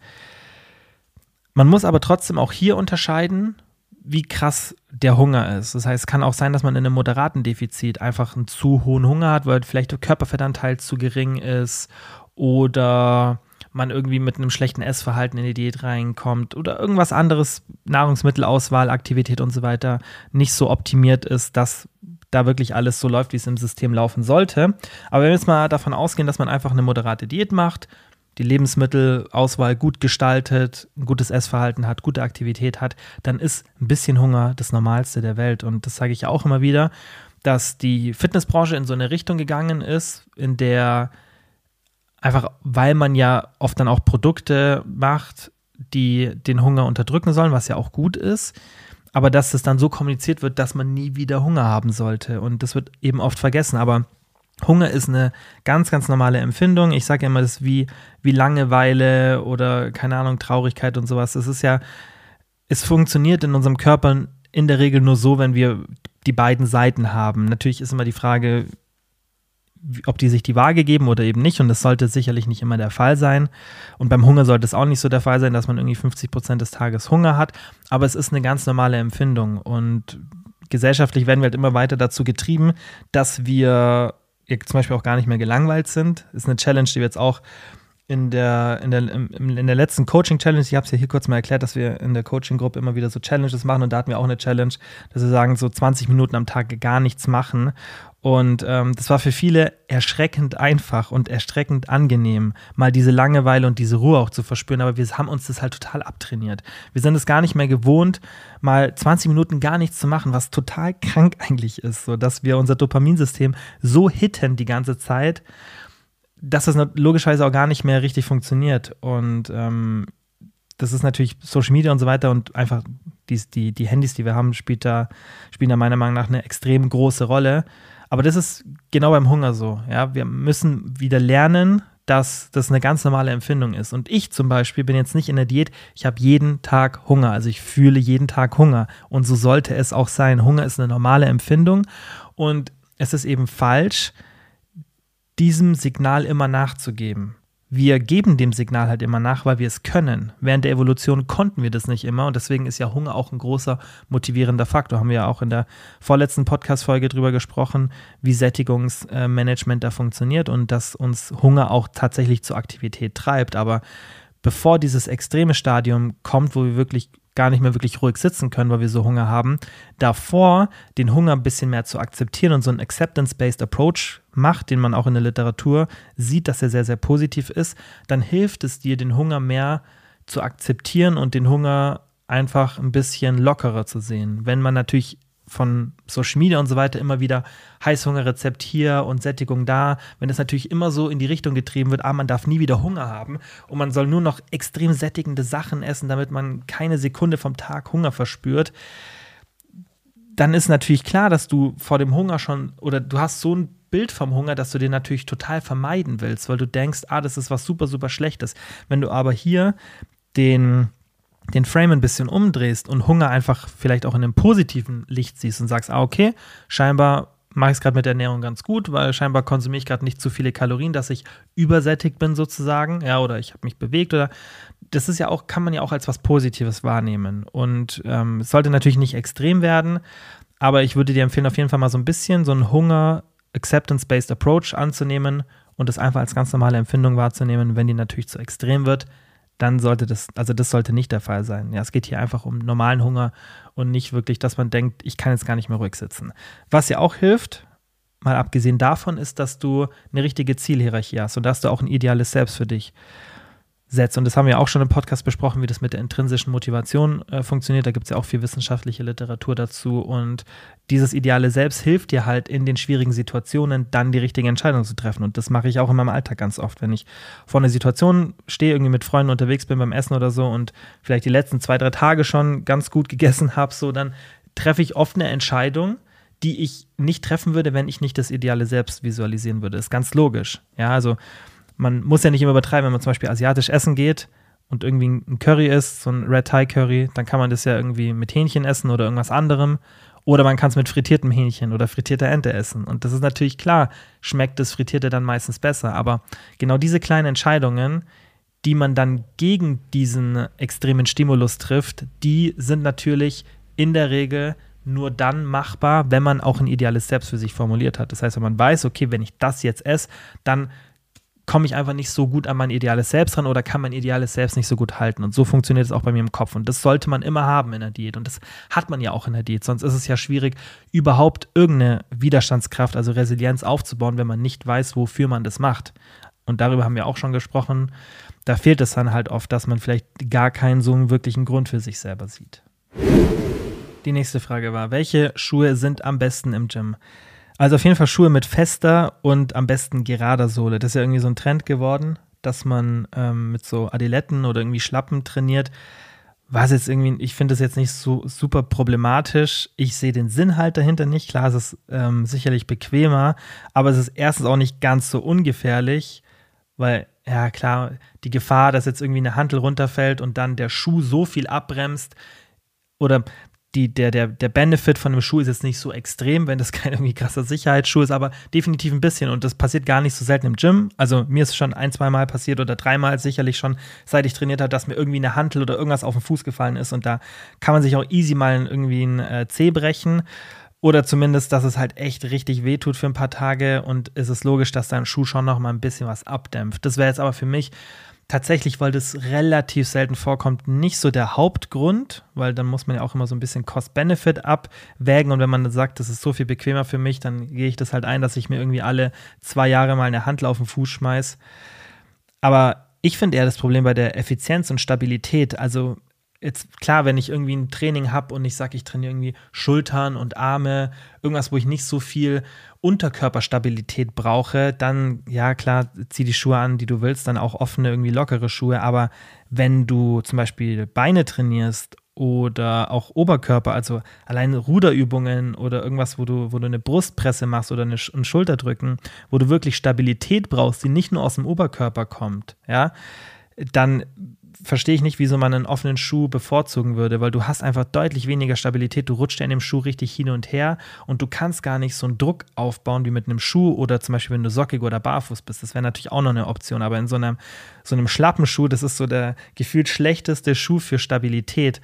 Man muss aber trotzdem auch hier unterscheiden, wie krass der Hunger ist. Das heißt, es kann auch sein, dass man in einem moderaten Defizit einfach einen zu hohen Hunger hat, weil vielleicht der Körperfettanteil zu gering ist oder man irgendwie mit einem schlechten Essverhalten in die Diät reinkommt oder irgendwas anderes, Nahrungsmittelauswahl, Aktivität und so weiter, nicht so optimiert ist, dass da wirklich alles so läuft, wie es im System laufen sollte. Aber wenn wir jetzt mal davon ausgehen, dass man einfach eine moderate Diät macht, die Lebensmittelauswahl gut gestaltet, ein gutes Essverhalten hat, gute Aktivität hat, dann ist ein bisschen Hunger das Normalste der Welt. Und das sage ich ja auch immer wieder, dass die Fitnessbranche in so eine Richtung gegangen ist, in der einfach, weil man ja oft dann auch Produkte macht, die den Hunger unterdrücken sollen, was ja auch gut ist, aber dass es dann so kommuniziert wird, dass man nie wieder Hunger haben sollte. Und das wird eben oft vergessen. Aber Hunger ist eine ganz, ganz normale Empfindung. Ich sage ja immer, das ist wie Langeweile oder, keine Ahnung, Traurigkeit und sowas. Es funktioniert in unserem Körper in der Regel nur so, wenn wir die beiden Seiten haben. Natürlich ist immer die Frage, ob die sich die Waage geben oder eben nicht. Und das sollte sicherlich nicht immer der Fall sein. Und beim Hunger sollte es auch nicht so der Fall sein, dass man irgendwie 50% des Tages Hunger hat. Aber es ist eine ganz normale Empfindung. Und gesellschaftlich werden wir halt immer weiter dazu getrieben, dass wir zum Beispiel auch gar nicht mehr gelangweilt sind. Das ist eine Challenge, die wir jetzt auch in der letzten Coaching-Challenge, ich habe es ja hier kurz mal erklärt, dass wir in der Coaching-Gruppe immer wieder so Challenges machen und da hatten wir auch eine Challenge, dass wir sagen, so 20 Minuten am Tag gar nichts machen. Und das war für viele erschreckend einfach und erschreckend angenehm, mal diese Langeweile und diese Ruhe auch zu verspüren, aber wir haben uns das halt total abtrainiert. Wir sind es gar nicht mehr gewohnt, mal 20 Minuten gar nichts zu machen, was total krank eigentlich ist, so dass wir unser Dopaminsystem so hitten die ganze Zeit, dass das logischerweise auch gar nicht mehr richtig funktioniert. Und das ist natürlich Social Media und so weiter und einfach die Handys, die wir haben, spielen da meiner Meinung nach eine extrem große Rolle. Aber das ist genau beim Hunger so. Ja? Wir müssen wieder lernen, dass das eine ganz normale Empfindung ist. Und ich zum Beispiel bin jetzt nicht in der Diät, ich habe jeden Tag Hunger. Also ich fühle jeden Tag Hunger. Und so sollte es auch sein. Hunger ist eine normale Empfindung und es ist eben falsch, diesem Signal immer nachzugeben. Wir geben dem Signal halt immer nach, weil wir es können. Während der Evolution konnten wir das nicht immer und deswegen ist ja Hunger auch ein großer motivierender Faktor. Haben wir ja auch in der vorletzten Podcast-Folge drüber gesprochen, wie Sättigungsmanagement da funktioniert und dass uns Hunger auch tatsächlich zur Aktivität treibt. Aber bevor dieses extreme Stadium kommt, wo wir wirklich gar nicht mehr wirklich ruhig sitzen können, weil wir so Hunger haben, davor den Hunger ein bisschen mehr zu akzeptieren und so einen Acceptance-Based Approach macht, den man auch in der Literatur sieht, dass er sehr, sehr positiv ist, dann hilft es dir, den Hunger mehr zu akzeptieren und den Hunger einfach ein bisschen lockerer zu sehen. Wenn man natürlich von Social Media und so weiter immer wieder Heißhungerrezept hier und Sättigung da, wenn das natürlich immer so in die Richtung getrieben wird, man darf nie wieder Hunger haben und man soll nur noch extrem sättigende Sachen essen, damit man keine Sekunde vom Tag Hunger verspürt, dann ist natürlich klar, dass du vor dem Hunger schon, oder du hast so ein Bild vom Hunger, dass du den natürlich total vermeiden willst, weil du denkst, das ist was super, super Schlechtes. Wenn du aber hier den Frame ein bisschen umdrehst und Hunger einfach vielleicht auch in einem positiven Licht siehst und sagst, okay, scheinbar mache ich es gerade mit der Ernährung ganz gut, weil scheinbar konsumiere ich gerade nicht zu viele Kalorien, dass ich übersättigt bin sozusagen, ja, oder ich habe mich bewegt oder das ist ja auch, kann man ja auch als was Positives wahrnehmen und es sollte natürlich nicht extrem werden, aber ich würde dir empfehlen, auf jeden Fall mal so ein bisschen so einen Hunger-Acceptance-Based Approach anzunehmen und das einfach als ganz normale Empfindung wahrzunehmen. Wenn die natürlich zu extrem wird, dann sollte das sollte nicht der Fall sein. Ja, es geht hier einfach um normalen Hunger und nicht wirklich, dass man denkt, ich kann jetzt gar nicht mehr ruhig sitzen. Was ja auch hilft, mal abgesehen davon, ist, dass du eine richtige Zielhierarchie hast und dass du auch ein ideales Selbst für dich setzt. Und das haben wir auch schon im Podcast besprochen, wie das mit der intrinsischen Motivation funktioniert. Da gibt es ja auch viel wissenschaftliche Literatur dazu. Und dieses ideale Selbst hilft dir halt in den schwierigen Situationen dann die richtige Entscheidung zu treffen. Und das mache ich auch in meinem Alltag ganz oft, wenn ich vor einer Situation stehe, irgendwie mit Freunden unterwegs bin beim Essen oder so und vielleicht die letzten 2-3 Tage schon ganz gut gegessen habe, so dann treffe ich oft eine Entscheidung, die ich nicht treffen würde, wenn ich nicht das ideale Selbst visualisieren würde. Das ist ganz logisch. Ja, also man muss ja nicht immer übertreiben, wenn man zum Beispiel asiatisch essen geht und irgendwie ein Curry isst, so ein Red Thai Curry, dann kann man das ja irgendwie mit Hähnchen essen oder irgendwas anderem. Oder man kann es mit frittiertem Hähnchen oder frittierter Ente essen. Und das ist natürlich klar, schmeckt das Frittierte dann meistens besser. Aber genau diese kleinen Entscheidungen, die man dann gegen diesen extremen Stimulus trifft, die sind natürlich in der Regel nur dann machbar, wenn man auch ein ideales Selbst für sich formuliert hat. Das heißt, wenn man weiß, okay, wenn ich das jetzt esse, dann komme ich einfach nicht so gut an mein ideales Selbst ran oder kann mein ideales Selbst nicht so gut halten. Und so funktioniert es auch bei mir im Kopf. Und das sollte man immer haben in der Diät. Und das hat man ja auch in der Diät. Sonst ist es ja schwierig, überhaupt irgendeine Widerstandskraft, also Resilienz aufzubauen, wenn man nicht weiß, wofür man das macht. Und darüber haben wir auch schon gesprochen. Da fehlt es dann halt oft, dass man vielleicht gar keinen so einen wirklichen Grund für sich selber sieht. Die nächste Frage war, welche Schuhe sind am besten im Gym? Also auf jeden Fall Schuhe mit fester und am besten gerader Sohle. Das ist ja irgendwie so ein Trend geworden, dass man mit so Adiletten oder irgendwie Schlappen trainiert. Was jetzt irgendwie, ich finde das jetzt nicht so super problematisch. Ich sehe den Sinn halt dahinter nicht. Klar, es ist sicherlich bequemer, aber es ist erstens auch nicht ganz so ungefährlich, weil, ja klar, die Gefahr, dass jetzt irgendwie eine Hantel runterfällt und dann der Schuh so viel abbremst oder der Benefit von dem Schuh ist jetzt nicht so extrem, wenn das kein irgendwie krasser Sicherheitsschuh ist, aber definitiv ein bisschen und das passiert gar nicht so selten im Gym. Also mir ist es schon 1-2 Mal passiert oder 3 Mal sicherlich schon, seit ich trainiert habe, dass mir irgendwie eine Hantel oder irgendwas auf den Fuß gefallen ist und da kann man sich auch easy mal irgendwie ein Zeh brechen oder zumindest, dass es halt echt richtig wehtut für ein paar Tage und es ist logisch, dass dein Schuh schon noch mal ein bisschen was abdämpft. Das wäre jetzt aber für mich tatsächlich, weil das relativ selten vorkommt, nicht so der Hauptgrund, weil dann muss man ja auch immer so ein bisschen Cost-Benefit abwägen und wenn man dann sagt, das ist so viel bequemer für mich, dann gehe ich das halt ein, dass ich mir irgendwie alle 2 Jahre mal eine Hantel auf den Fuß schmeiß. Aber ich finde eher das Problem bei der Effizienz und Stabilität, also jetzt klar, wenn ich irgendwie ein Training habe und ich sage, ich trainiere irgendwie Schultern und Arme, irgendwas, wo ich nicht so viel Unterkörperstabilität brauche, dann, ja klar, zieh die Schuhe an, die du willst, dann auch offene, irgendwie lockere Schuhe. Aber wenn du zum Beispiel Beine trainierst oder auch Oberkörper, also allein Ruderübungen oder irgendwas, wo du eine Brustpresse machst oder ein Schulterdrücken, wo du wirklich Stabilität brauchst, die nicht nur aus dem Oberkörper kommt, ja, dann verstehe ich nicht, wieso man einen offenen Schuh bevorzugen würde, weil du hast einfach deutlich weniger Stabilität, du rutschst ja in dem Schuh richtig hin und her und du kannst gar nicht so einen Druck aufbauen wie mit einem Schuh oder zum Beispiel, wenn du sockig oder barfuß bist, das wäre natürlich auch noch eine Option, aber in so einem schlappen Schuh, das ist so der gefühlt schlechteste Schuh für Stabilität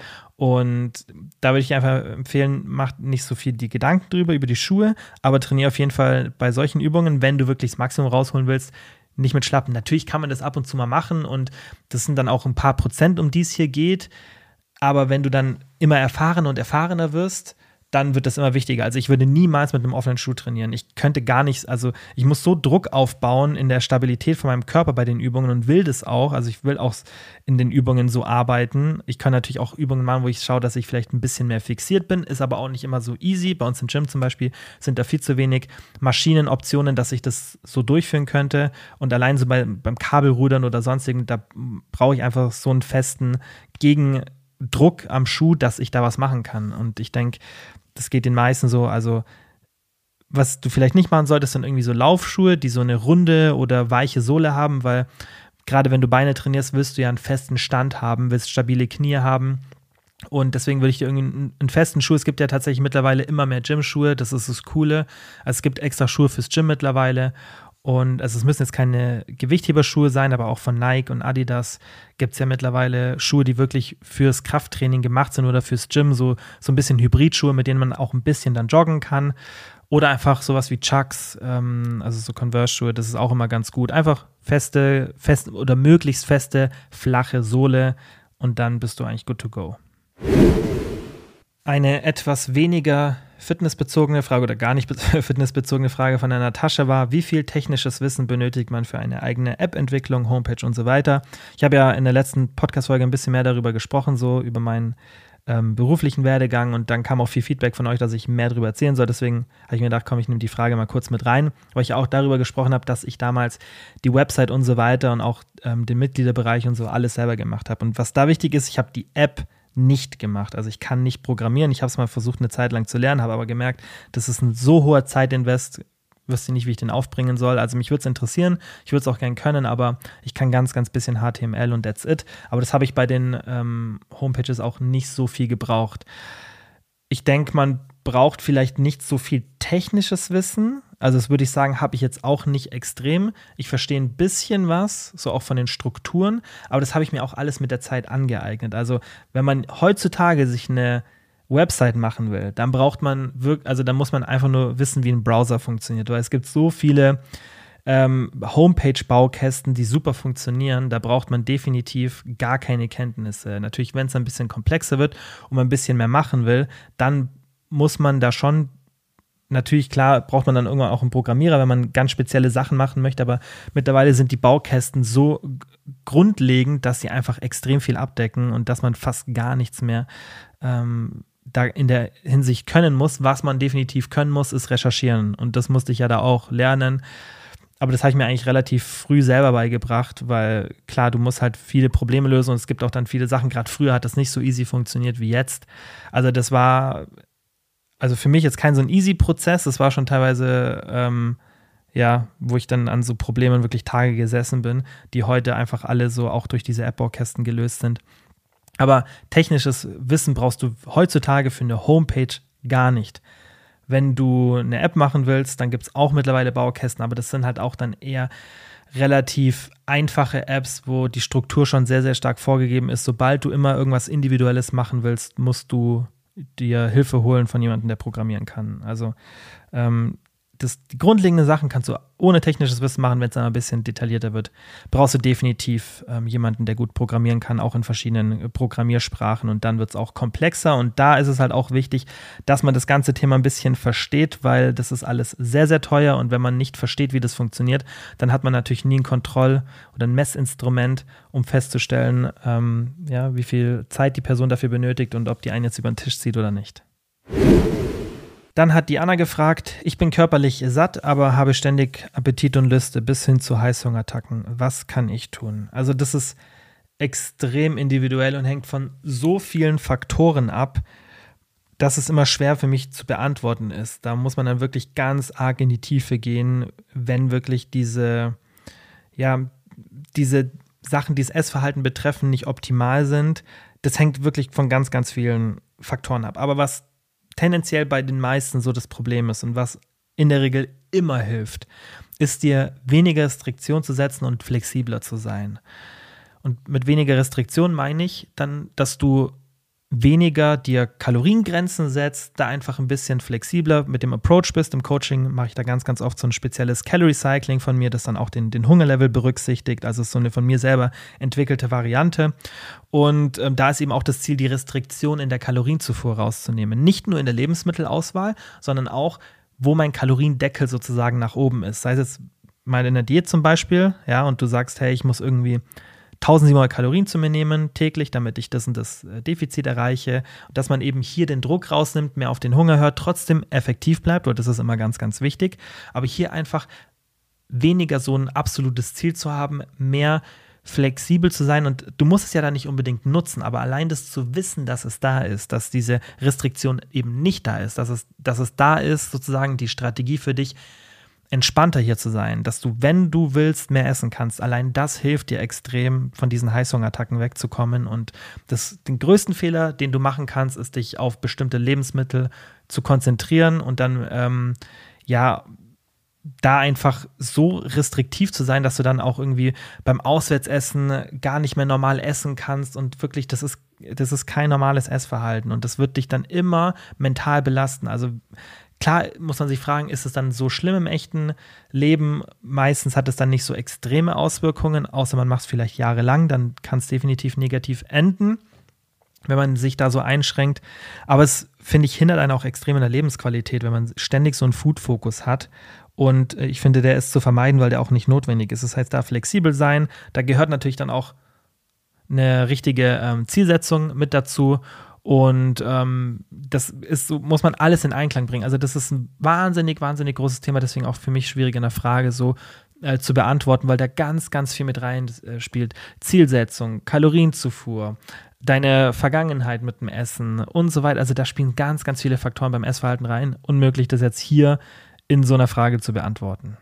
und da würde ich einfach empfehlen, mach nicht so viel die Gedanken drüber, über die Schuhe, aber trainiere auf jeden Fall bei solchen Übungen, wenn du wirklich das Maximum rausholen willst, nicht mit Schlappen. Natürlich kann man das ab und zu mal machen und das sind dann auch ein paar Prozent, um die es hier geht. Aber wenn du dann immer erfahrener und erfahrener wirst, dann wird das immer wichtiger. Also ich würde niemals mit einem offenen Schuh trainieren. Ich könnte gar nicht, also ich muss so Druck aufbauen in der Stabilität von meinem Körper bei den Übungen und will das auch. Also ich will auch in den Übungen so arbeiten. Ich kann natürlich auch Übungen machen, wo ich schaue, dass ich vielleicht ein bisschen mehr fixiert bin, ist aber auch nicht immer so easy. Bei uns im Gym zum Beispiel sind da viel zu wenig Maschinenoptionen, dass ich das so durchführen könnte. Und allein so beim Kabelrudern oder sonstigen, da brauche ich einfach so einen festen Gegendruck am Schuh, dass ich da was machen kann. Und ich denke, das geht den meisten so, also was du vielleicht nicht machen solltest, sind irgendwie so Laufschuhe, die so eine runde oder weiche Sohle haben, weil gerade wenn du Beine trainierst, willst du ja einen festen Stand haben, willst stabile Knie haben und deswegen würde ich dir irgendwie einen festen Schuh, es gibt ja tatsächlich mittlerweile immer mehr Gym-Schuhe, das ist das Coole, also es gibt extra Schuhe fürs Gym mittlerweile und also es müssen jetzt keine Gewichtheberschuhe sein, aber auch von Nike und Adidas gibt es ja mittlerweile Schuhe, die wirklich fürs Krafttraining gemacht sind oder fürs Gym, so ein bisschen Hybridschuhe, mit denen man auch ein bisschen dann joggen kann. Oder einfach sowas wie Chucks, also so Converse-Schuhe, das ist auch immer ganz gut. Einfach feste oder möglichst feste, flache Sohle und dann bist du eigentlich good to go. Eine etwas weniger fitnessbezogene Frage oder gar nicht fitnessbezogene Frage von der Natascha war, wie viel technisches Wissen benötigt man für eine eigene App-Entwicklung, Homepage und so weiter. Ich habe ja in der letzten Podcast-Folge ein bisschen mehr darüber gesprochen, so über meinen beruflichen Werdegang und dann kam auch viel Feedback von euch, dass ich mehr darüber erzählen soll. Deswegen habe ich mir gedacht, komm, ich nehme die Frage mal kurz mit rein, weil ich ja auch darüber gesprochen habe, dass ich damals die Website und so weiter und auch den Mitgliederbereich und so alles selber gemacht habe. Und was da wichtig ist, ich habe die App nicht gemacht. Also ich kann nicht programmieren. Ich habe es mal versucht, eine Zeit lang zu lernen, habe aber gemerkt, das ist ein so hoher Zeitinvest, wüsste nicht, wie ich den aufbringen soll. Also mich würde es interessieren, ich würde es auch gern können, aber ich kann ganz, ganz bisschen HTML und that's it. Aber das habe ich bei den Homepages auch nicht so viel gebraucht. Ich denke, man braucht vielleicht nicht so viel technisches Wissen. Also das würde ich sagen, habe ich jetzt auch nicht extrem. Ich verstehe ein bisschen was, so auch von den Strukturen, aber das habe ich mir auch alles mit der Zeit angeeignet. Also wenn man heutzutage sich eine Website machen will, dann braucht man wirklich, also dann muss man einfach nur wissen, wie ein Browser funktioniert. Weil es gibt so viele Homepage-Baukästen, die super funktionieren, da braucht man definitiv gar keine Kenntnisse. Natürlich, wenn es ein bisschen komplexer wird und man ein bisschen mehr machen will, dann muss man da schon, natürlich, klar, braucht man dann irgendwann auch einen Programmierer, wenn man ganz spezielle Sachen machen möchte, aber mittlerweile sind die Baukästen so grundlegend, dass sie einfach extrem viel abdecken und dass man fast gar nichts mehr da in der Hinsicht können muss. Was man definitiv können muss, ist recherchieren und das musste ich ja da auch lernen. Aber das habe ich mir eigentlich relativ früh selber beigebracht, weil klar, du musst halt viele Probleme lösen und es gibt auch dann viele Sachen, gerade früher hat das nicht so easy funktioniert wie jetzt. Also das war, also für mich jetzt kein so ein easy Prozess, das war schon teilweise, wo ich dann an so Problemen wirklich Tage gesessen bin, die heute einfach alle so auch durch diese App-Baukästen gelöst sind. Aber technisches Wissen brauchst du heutzutage für eine Homepage gar nicht. Wenn du eine App machen willst, dann gibt es auch mittlerweile Baukästen, aber das sind halt auch dann eher relativ einfache Apps, wo die Struktur schon sehr, sehr stark vorgegeben ist. Sobald du immer irgendwas Individuelles machen willst, musst du dir Hilfe holen von jemandem, der programmieren kann. Also die grundlegenden Sachen kannst du ohne technisches Wissen machen. Wenn es dann ein bisschen detaillierter wird, brauchst du definitiv jemanden, der gut programmieren kann, auch in verschiedenen Programmiersprachen und dann wird es auch komplexer und da ist es halt auch wichtig, dass man das ganze Thema ein bisschen versteht, weil das ist alles sehr, sehr teuer und wenn man nicht versteht, wie das funktioniert, dann hat man natürlich nie ein Kontroll- oder ein Messinstrument, um festzustellen, wie viel Zeit die Person dafür benötigt und ob die einen jetzt über den Tisch zieht oder nicht. Dann hat die Anna gefragt, ich bin körperlich satt, aber habe ständig Appetit und Lüste bis hin zu Heißhungerattacken. Was kann ich tun? Also das ist extrem individuell und hängt von so vielen Faktoren ab, dass es immer schwer für mich zu beantworten ist. Da muss man dann wirklich ganz arg in die Tiefe gehen, wenn wirklich diese Sachen, die das Essverhalten betreffen, nicht optimal sind. Das hängt wirklich von ganz, ganz vielen Faktoren ab. Aber was tendenziell bei den meisten so das Problem ist und was in der Regel immer hilft, ist dir weniger Restriktion zu setzen und flexibler zu sein. Und mit weniger Restriktion meine ich dann, dass du weniger dir Kaloriengrenzen setzt, da einfach ein bisschen flexibler mit dem Approach bist. Im Coaching mache ich da ganz, ganz oft so ein spezielles Calorie Cycling von mir, das dann auch den Hungerlevel berücksichtigt. Also es ist so eine von mir selber entwickelte Variante. Und da ist eben auch das Ziel, die Restriktion in der Kalorienzufuhr rauszunehmen. Nicht nur in der Lebensmittelauswahl, sondern auch, wo mein Kaloriendeckel sozusagen nach oben ist. Sei es jetzt mal in der Diät zum Beispiel, ja, und du sagst, hey, ich muss irgendwie 1700 Kalorien zu mir nehmen täglich, damit ich das und das Defizit erreiche. Und dass man eben hier den Druck rausnimmt, mehr auf den Hunger hört, trotzdem effektiv bleibt, und das ist immer ganz, ganz wichtig. Aber hier einfach weniger so ein absolutes Ziel zu haben, mehr flexibel zu sein. Und du musst es ja dann nicht unbedingt nutzen, aber allein das zu wissen, dass es da ist, dass diese Restriktion eben nicht da ist, dass es da ist, sozusagen die Strategie für dich, entspannter hier zu sein, dass du, wenn du willst, mehr essen kannst. Allein das hilft dir extrem, von diesen Heißhungerattacken wegzukommen. Und den größten Fehler, den du machen kannst, ist, dich auf bestimmte Lebensmittel zu konzentrieren und dann, da einfach so restriktiv zu sein, dass du dann auch irgendwie beim Auswärtsessen gar nicht mehr normal essen kannst und wirklich, das ist kein normales Essverhalten und das wird dich dann immer mental belasten. Also klar muss man sich fragen, ist es dann so schlimm im echten Leben? Meistens hat es dann nicht so extreme Auswirkungen, außer man macht es vielleicht jahrelang, dann kann es definitiv negativ enden, wenn man sich da so einschränkt. Aber es, finde ich, hindert einen auch extrem in der Lebensqualität, wenn man ständig so einen Food-Fokus hat. Und ich finde, der ist zu vermeiden, weil der auch nicht notwendig ist. Das heißt, da flexibel sein, da gehört natürlich dann auch eine richtige Zielsetzung mit dazu. Und das ist so, muss man alles in Einklang bringen. Also das ist ein wahnsinnig, wahnsinnig großes Thema, deswegen auch für mich schwierig in der Frage so zu beantworten, weil da ganz, ganz viel mit rein spielt. Zielsetzung, Kalorienzufuhr, deine Vergangenheit mit dem Essen und so weiter. Also da spielen ganz, ganz viele Faktoren beim Essverhalten rein. Unmöglich, das jetzt hier in so einer Frage zu beantworten.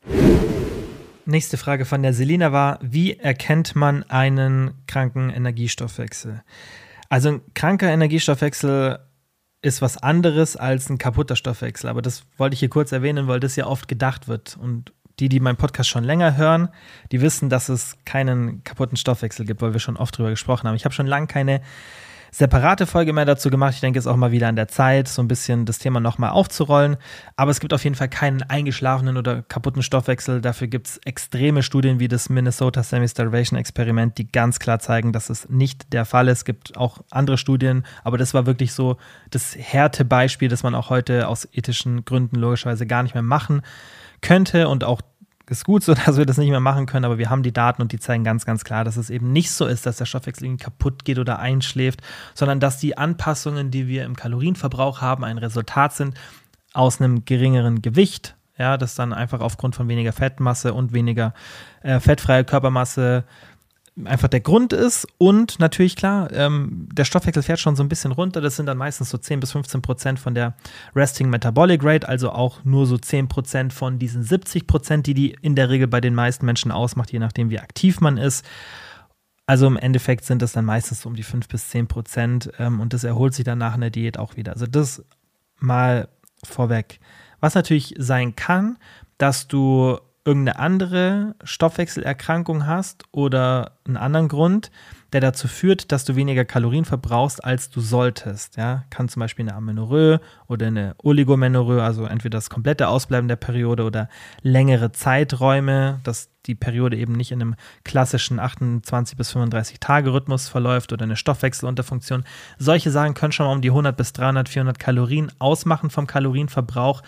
Nächste Frage von der Selina war, wie erkennt man einen kranken Energiestoffwechsel? Also ein kranker Energiestoffwechsel ist was anderes als ein kaputter Stoffwechsel, aber das wollte ich hier kurz erwähnen, weil das ja oft gedacht wird. Und die meinen Podcast schon länger hören, die wissen, dass es keinen kaputten Stoffwechsel gibt, weil wir schon oft drüber gesprochen haben. Ich habe schon lange keine separate Folge mehr dazu gemacht. Ich denke, es ist auch mal wieder an der Zeit, so ein bisschen das Thema nochmal aufzurollen. Aber es gibt auf jeden Fall keinen eingeschlafenen oder kaputten Stoffwechsel. Dafür gibt es extreme Studien wie das Minnesota Semi-Starvation-Experiment, die ganz klar zeigen, dass es nicht der Fall ist. Es gibt auch andere Studien, aber das war wirklich so das Härtebeispiel, das man auch heute aus ethischen Gründen logischerweise gar nicht mehr machen könnte und auch ist gut so, dass wir das nicht mehr machen können, aber wir haben die Daten und die zeigen ganz, ganz klar, dass es eben nicht so ist, dass der Stoffwechsel irgendwie kaputt geht oder einschläft, sondern dass die Anpassungen, die wir im Kalorienverbrauch haben, ein Resultat sind aus einem geringeren Gewicht, ja, das dann einfach aufgrund von weniger Fettmasse und weniger fettfreie Körpermasse einfach der Grund ist. Und natürlich, klar, der Stoffwechsel fährt schon so ein bisschen runter. Das sind dann meistens so 10-15% von der Resting Metabolic Rate, also auch nur so 10% von diesen 70%, die in der Regel bei den meisten Menschen ausmacht, je nachdem, wie aktiv man ist. Also im Endeffekt sind das dann meistens so um die 5-10%, und das erholt sich dann nach einer Diät auch wieder. Also das mal vorweg. Was natürlich sein kann, dass du irgendeine andere Stoffwechselerkrankung hast oder einen anderen Grund, der dazu führt, dass du weniger Kalorien verbrauchst, als du solltest. Ja? Kann zum Beispiel eine Amenorrhoe oder eine Oligomenorrhoe, also entweder das komplette Ausbleiben der Periode oder längere Zeiträume, dass die Periode eben nicht in einem klassischen 28 bis 35 Tage Rhythmus verläuft oder eine Stoffwechselunterfunktion. Solche Sachen können schon mal um die 100 bis 300, 400 Kalorien ausmachen vom Kalorienverbrauch.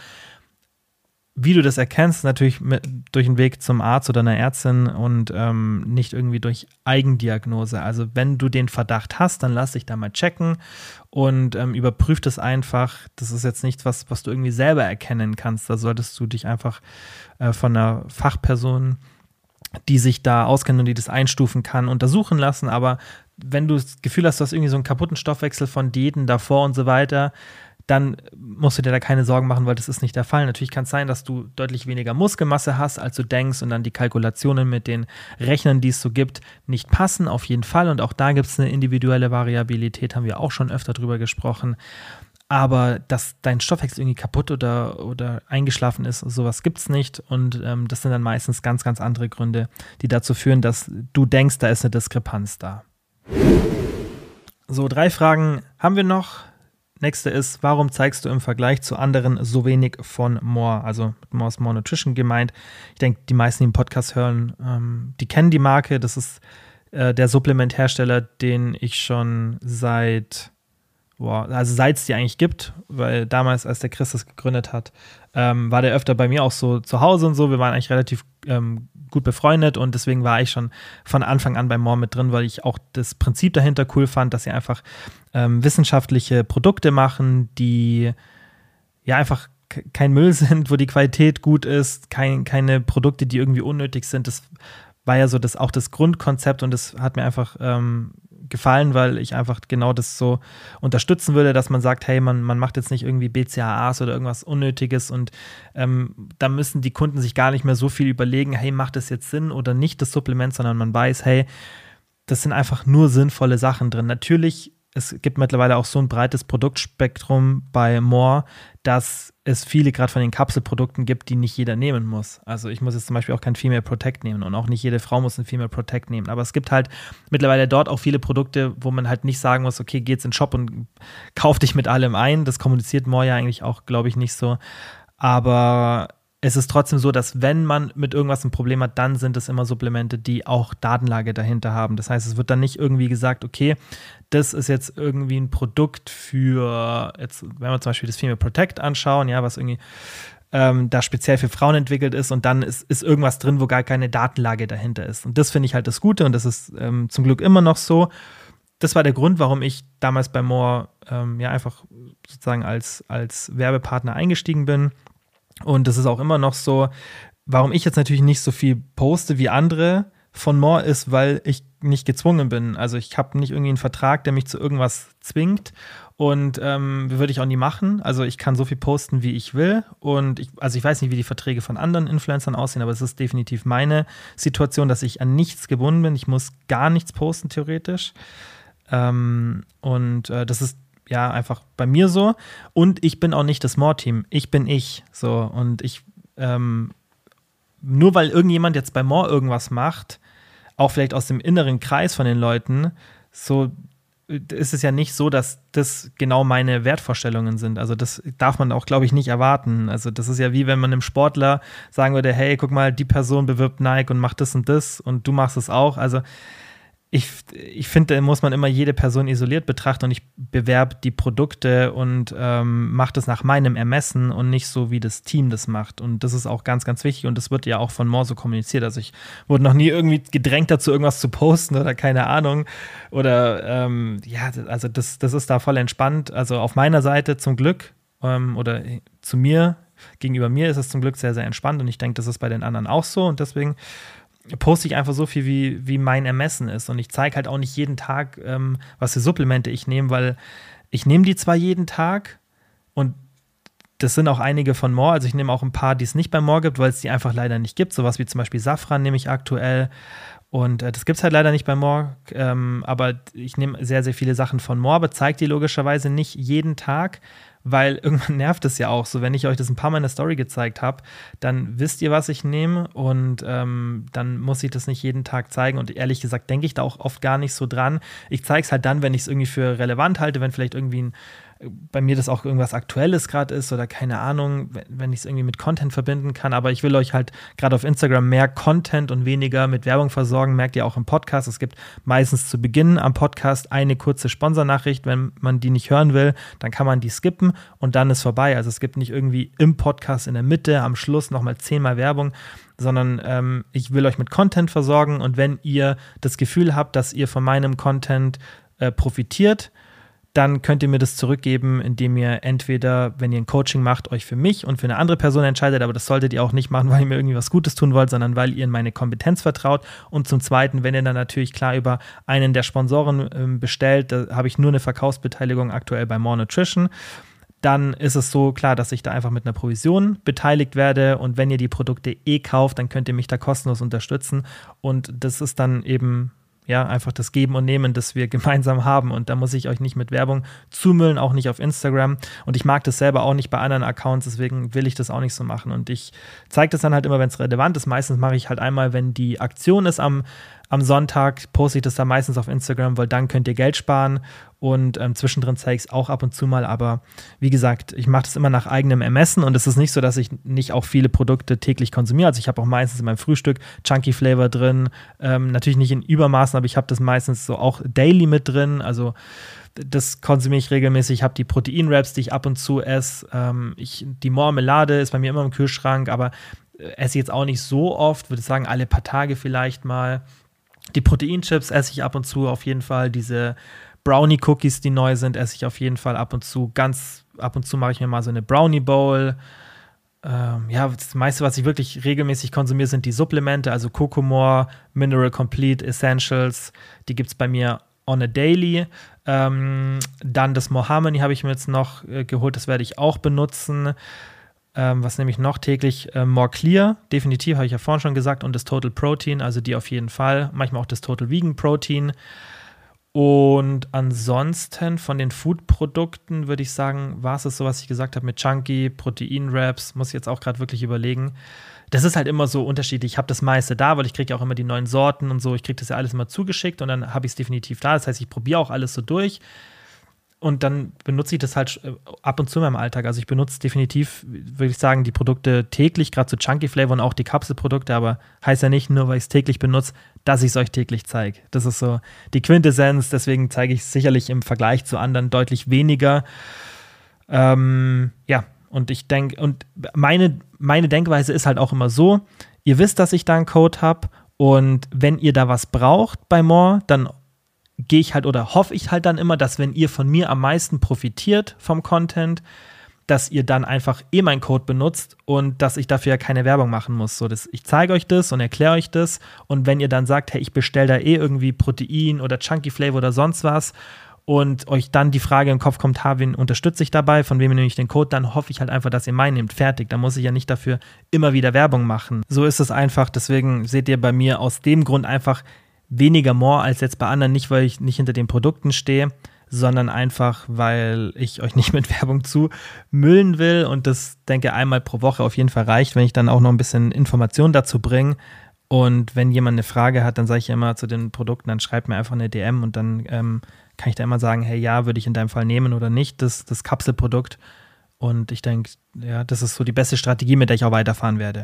Wie du das erkennst, natürlich durch einen Weg zum Arzt oder einer Ärztin und nicht irgendwie durch Eigendiagnose. Also wenn du den Verdacht hast, dann lass dich da mal checken und überprüf das einfach. Das ist jetzt nicht was du irgendwie selber erkennen kannst. Da solltest du dich einfach von einer Fachperson, die sich da auskennt und die das einstufen kann, untersuchen lassen. Aber wenn du das Gefühl hast, du hast irgendwie so einen kaputten Stoffwechsel von Diäten davor und so weiter, dann musst du dir da keine Sorgen machen, weil das ist nicht der Fall. Natürlich kann es sein, dass du deutlich weniger Muskelmasse hast, als du denkst und dann die Kalkulationen mit den Rechnern, die es so gibt, nicht passen, auf jeden Fall. Und auch da gibt es eine individuelle Variabilität, haben wir auch schon öfter drüber gesprochen. Aber dass dein Stoffwechsel irgendwie kaputt oder eingeschlafen ist, sowas gibt es nicht. Und das sind dann meistens ganz, ganz andere Gründe, die dazu führen, dass du denkst, da ist eine Diskrepanz da. So, 3 Fragen haben wir noch. Nächste ist, warum zeigst du im Vergleich zu anderen so wenig von More? Also mit More ist More Nutrition gemeint. Ich denke, die meisten, die den Podcast hören, die kennen die Marke. Das ist der Supplementhersteller, den ich schon seit es die eigentlich gibt, weil damals, als der Chris das gegründet hat, war der öfter bei mir auch so zu Hause und so. Wir waren eigentlich relativ gut befreundet und deswegen war ich schon von Anfang an bei More mit drin, weil ich auch das Prinzip dahinter cool fand, dass sie einfach wissenschaftliche Produkte machen, die ja einfach kein Müll sind, wo die Qualität gut ist, keine Produkte, die irgendwie unnötig sind. Das war ja so auch das Grundkonzept und das hat mir einfach gefallen, weil ich einfach genau das so unterstützen würde, dass man sagt, hey, man macht jetzt nicht irgendwie BCAAs oder irgendwas Unnötiges und da müssen die Kunden sich gar nicht mehr so viel überlegen, hey, macht das jetzt Sinn oder nicht, das Supplement, sondern man weiß, hey, das sind einfach nur sinnvolle Sachen drin. Natürlich, es gibt mittlerweile auch so ein breites Produktspektrum bei More, dass es viele gerade von den Kapselprodukten gibt, die nicht jeder nehmen muss. Also ich muss jetzt zum Beispiel auch kein Female Protect nehmen und auch nicht jede Frau muss ein Female Protect nehmen. Aber es gibt halt mittlerweile dort auch viele Produkte, wo man halt nicht sagen muss, okay, geh jetzt in den Shop und kauf dich mit allem ein. Das kommuniziert More ja eigentlich auch, glaube ich, nicht so. Aber es ist trotzdem so, dass wenn man mit irgendwas ein Problem hat, dann sind es immer Supplemente, die auch Datenlage dahinter haben. Das heißt, es wird dann nicht irgendwie gesagt, okay, das ist jetzt irgendwie ein Produkt für, jetzt, wenn wir zum Beispiel das Female Protect anschauen, ja, was irgendwie da speziell für Frauen entwickelt ist und dann ist irgendwas drin, wo gar keine Datenlage dahinter ist. Und das finde ich halt das Gute und das ist zum Glück immer noch so. Das war der Grund, warum ich damals bei More einfach sozusagen als Werbepartner eingestiegen bin. Und das ist auch immer noch so, warum ich jetzt natürlich nicht so viel poste wie andere von More ist, weil ich nicht gezwungen bin. Also ich habe nicht irgendwie einen Vertrag, der mich zu irgendwas zwingt und würde ich auch nie machen. Also ich kann so viel posten, wie ich will und ich weiß nicht, wie die Verträge von anderen Influencern aussehen, aber es ist definitiv meine Situation, dass ich an nichts gebunden bin. Ich muss gar nichts posten, theoretisch. Das ist ja einfach bei mir so. Und ich bin auch nicht das More-Team. Ich bin ich. So. Und ich nur weil irgendjemand jetzt bei More irgendwas macht, auch vielleicht aus dem inneren Kreis von den Leuten, so ist es ja nicht so, dass das genau meine Wertvorstellungen sind. Also das darf man auch, glaube ich, nicht erwarten. Also das ist ja wie, wenn man einem Sportler sagen würde, hey, guck mal, die Person bewirbt Nike und macht das und du machst es auch. Also ich finde, da muss man immer jede Person isoliert betrachten und ich bewerbe die Produkte und mache das nach meinem Ermessen und nicht so, wie das Team das macht. Und das ist auch ganz, ganz wichtig und das wird ja auch von More so kommuniziert. Also ich wurde noch nie irgendwie gedrängt dazu, irgendwas zu posten oder keine Ahnung. Oder also das ist da voll entspannt. Also auf meiner Seite zum Glück oder zu mir, gegenüber mir ist es zum Glück sehr, sehr entspannt und ich denke, das ist bei den anderen auch so und deswegen poste ich einfach so viel, wie mein Ermessen ist. Und ich zeige halt auch nicht jeden Tag, was für Supplemente ich nehme, weil ich nehme die zwar jeden Tag und das sind auch einige von More, also ich nehme auch ein paar, die es nicht bei More gibt, weil es die einfach leider nicht gibt. Sowas wie zum Beispiel Safran nehme ich aktuell und das gibt es halt leider nicht bei More, aber ich nehme sehr, sehr viele Sachen von More, aber zeige die logischerweise nicht jeden Tag, weil irgendwann nervt es ja auch so, wenn ich euch das ein paar Mal in der Story gezeigt habe, dann wisst ihr, was ich nehme und dann muss ich das nicht jeden Tag zeigen und ehrlich gesagt denke ich da auch oft gar nicht so dran. Ich zeige es halt dann, wenn ich es irgendwie für relevant halte, wenn vielleicht irgendwie bei mir das auch irgendwas Aktuelles gerade ist oder keine Ahnung, wenn ich es irgendwie mit Content verbinden kann, aber ich will euch halt gerade auf Instagram mehr Content und weniger mit Werbung versorgen, merkt ihr auch im Podcast. Es gibt meistens zu Beginn am Podcast eine kurze Sponsornachricht, wenn man die nicht hören will, dann kann man die skippen und dann ist vorbei. Also es gibt nicht irgendwie im Podcast in der Mitte, am Schluss nochmal 10-mal Werbung, sondern ich will euch mit Content versorgen und wenn ihr das Gefühl habt, dass ihr von meinem Content profitiert, dann könnt ihr mir das zurückgeben, indem ihr entweder, wenn ihr ein Coaching macht, euch für mich und für eine andere Person entscheidet, aber das solltet ihr auch nicht machen, weil ihr mir irgendwie was Gutes tun wollt, sondern weil ihr in meine Kompetenz vertraut. Und zum Zweiten, wenn ihr dann natürlich klar über einen der Sponsoren bestellt, da habe ich nur eine Verkaufsbeteiligung aktuell bei More Nutrition, dann ist es so klar, dass ich da einfach mit einer Provision beteiligt werde und wenn ihr die Produkte kauft, dann könnt ihr mich da kostenlos unterstützen und das ist dann eben ja, einfach das Geben und Nehmen, das wir gemeinsam haben. Und da muss ich euch nicht mit Werbung zumüllen, auch nicht auf Instagram. Und ich mag das selber auch nicht bei anderen Accounts, deswegen will ich das auch nicht so machen. Und ich zeige das dann halt immer, wenn es relevant ist. Meistens mache ich halt einmal, wenn die Aktion ist am Sonntag, poste ich das dann meistens auf Instagram, weil dann könnt ihr Geld sparen. Und zwischendrin zeige ich es auch ab und zu mal. Aber wie gesagt, ich mache das immer nach eigenem Ermessen. Und es ist nicht so, dass ich nicht auch viele Produkte täglich konsumiere. Also ich habe auch meistens in meinem Frühstück Chunky Flavor drin. Natürlich nicht in Übermaßen, aber ich habe das meistens so auch daily mit drin. Also das konsumiere ich regelmäßig. Ich habe die Protein-Wraps, die ich ab und zu esse. Die Marmelade ist bei mir immer im Kühlschrank, aber esse ich jetzt auch nicht so oft. Würde ich sagen, alle paar Tage vielleicht mal. Die Proteinchips esse ich ab und zu auf jeden Fall. Diese Brownie-Cookies, die neu sind, esse ich auf jeden Fall ab und zu. Ganz ab und zu mache ich mir mal so eine Brownie-Bowl. Das meiste, was ich wirklich regelmäßig konsumiere, sind die Supplemente, also Cocomore, Mineral Complete, Essentials. Die gibt es bei mir on a daily. Dann das More Harmony habe ich mir jetzt noch geholt, das werde ich auch benutzen. Was nehme ich noch täglich? More Clear, definitiv, habe ich ja vorhin schon gesagt. Und das Total Protein, also die auf jeden Fall. Manchmal auch das Total Vegan Protein. Und ansonsten von den Food-Produkten würde ich sagen, war es so, was ich gesagt habe mit Chunky, Protein-Wraps, muss ich jetzt auch gerade wirklich überlegen. Das ist halt immer so unterschiedlich. Ich habe das meiste da, weil ich kriege ja auch immer die neuen Sorten und so. Ich kriege das ja alles immer zugeschickt und dann habe ich es definitiv da. Das heißt, ich probiere auch alles so durch. Und dann benutze ich das halt ab und zu in meinem Alltag. Also ich benutze definitiv, würde ich sagen, die Produkte täglich, gerade so Chunky Flavor und auch die Kapselprodukte, aber heißt ja nicht, nur weil ich es täglich benutze, dass ich es euch täglich zeige. Das ist so die Quintessenz, deswegen zeige ich es sicherlich im Vergleich zu anderen deutlich weniger. Und ich denke, und meine Denkweise ist halt auch immer so, ihr wisst, dass ich da einen Code habe und wenn ihr da was braucht bei More, dann gehe ich halt oder hoffe ich halt dann immer, dass wenn ihr von mir am meisten profitiert vom Content, dass ihr dann einfach meinen Code benutzt und dass ich dafür ja keine Werbung machen muss. So, ich zeige euch das und erkläre euch das und wenn ihr dann sagt, hey, ich bestelle da irgendwie Protein oder Chunky Flavor oder sonst was und euch dann die Frage im Kopf kommt, wen unterstütze ich dabei, von wem nehme ich den Code, dann hoffe ich halt einfach, dass ihr meinen nehmt. Fertig, da muss ich ja nicht dafür immer wieder Werbung machen. So ist es einfach, deswegen seht ihr bei mir aus dem Grund einfach weniger more als jetzt bei anderen, nicht weil ich nicht hinter den Produkten stehe, sondern einfach, weil ich euch nicht mit Werbung zumüllen will und das, denke einmal pro Woche auf jeden Fall reicht, wenn ich dann auch noch ein bisschen Informationen dazu bringe. Und wenn jemand eine Frage hat, dann sage ich ja immer zu den Produkten, dann schreibt mir einfach eine DM und dann kann ich da immer sagen, hey, ja, würde ich in deinem Fall nehmen oder nicht, das Kapselprodukt. Und ich denke, ja, das ist so die beste Strategie, mit der ich auch weiterfahren werde.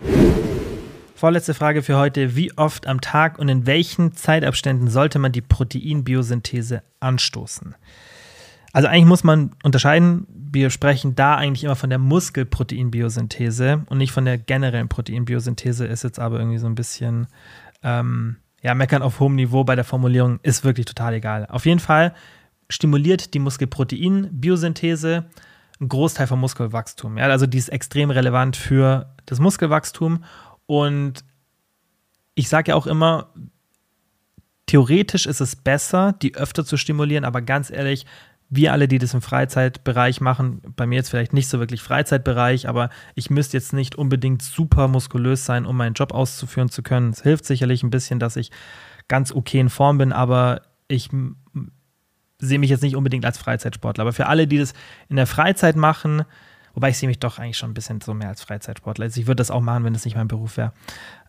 Vorletzte Frage für heute. Wie oft am Tag und in welchen Zeitabständen sollte man die Proteinbiosynthese anstoßen? Also eigentlich muss man unterscheiden, wir sprechen da eigentlich immer von der Muskelproteinbiosynthese und nicht von der generellen Proteinbiosynthese, ist jetzt aber irgendwie so ein bisschen meckern auf hohem Niveau bei der Formulierung, ist wirklich total egal. Auf jeden Fall stimuliert die Muskelproteinbiosynthese einen Großteil vom Muskelwachstum. Ja? Also die ist extrem relevant für das Muskelwachstum. Und ich sage ja auch immer, theoretisch ist es besser, die öfter zu stimulieren, aber ganz ehrlich, wir alle, die das im Freizeitbereich machen, bei mir jetzt vielleicht nicht so wirklich Freizeitbereich, aber ich müsste jetzt nicht unbedingt super muskulös sein, um meinen Job auszuführen zu können. Es hilft sicherlich ein bisschen, dass ich ganz okay in Form bin, aber ich sehe mich jetzt nicht unbedingt als Freizeitsportler. Aber für alle, die das in der Freizeit machen, wobei ich sehe mich doch eigentlich schon ein bisschen so mehr als Freizeitsportler. Also ich würde das auch machen, wenn das nicht mein Beruf wäre.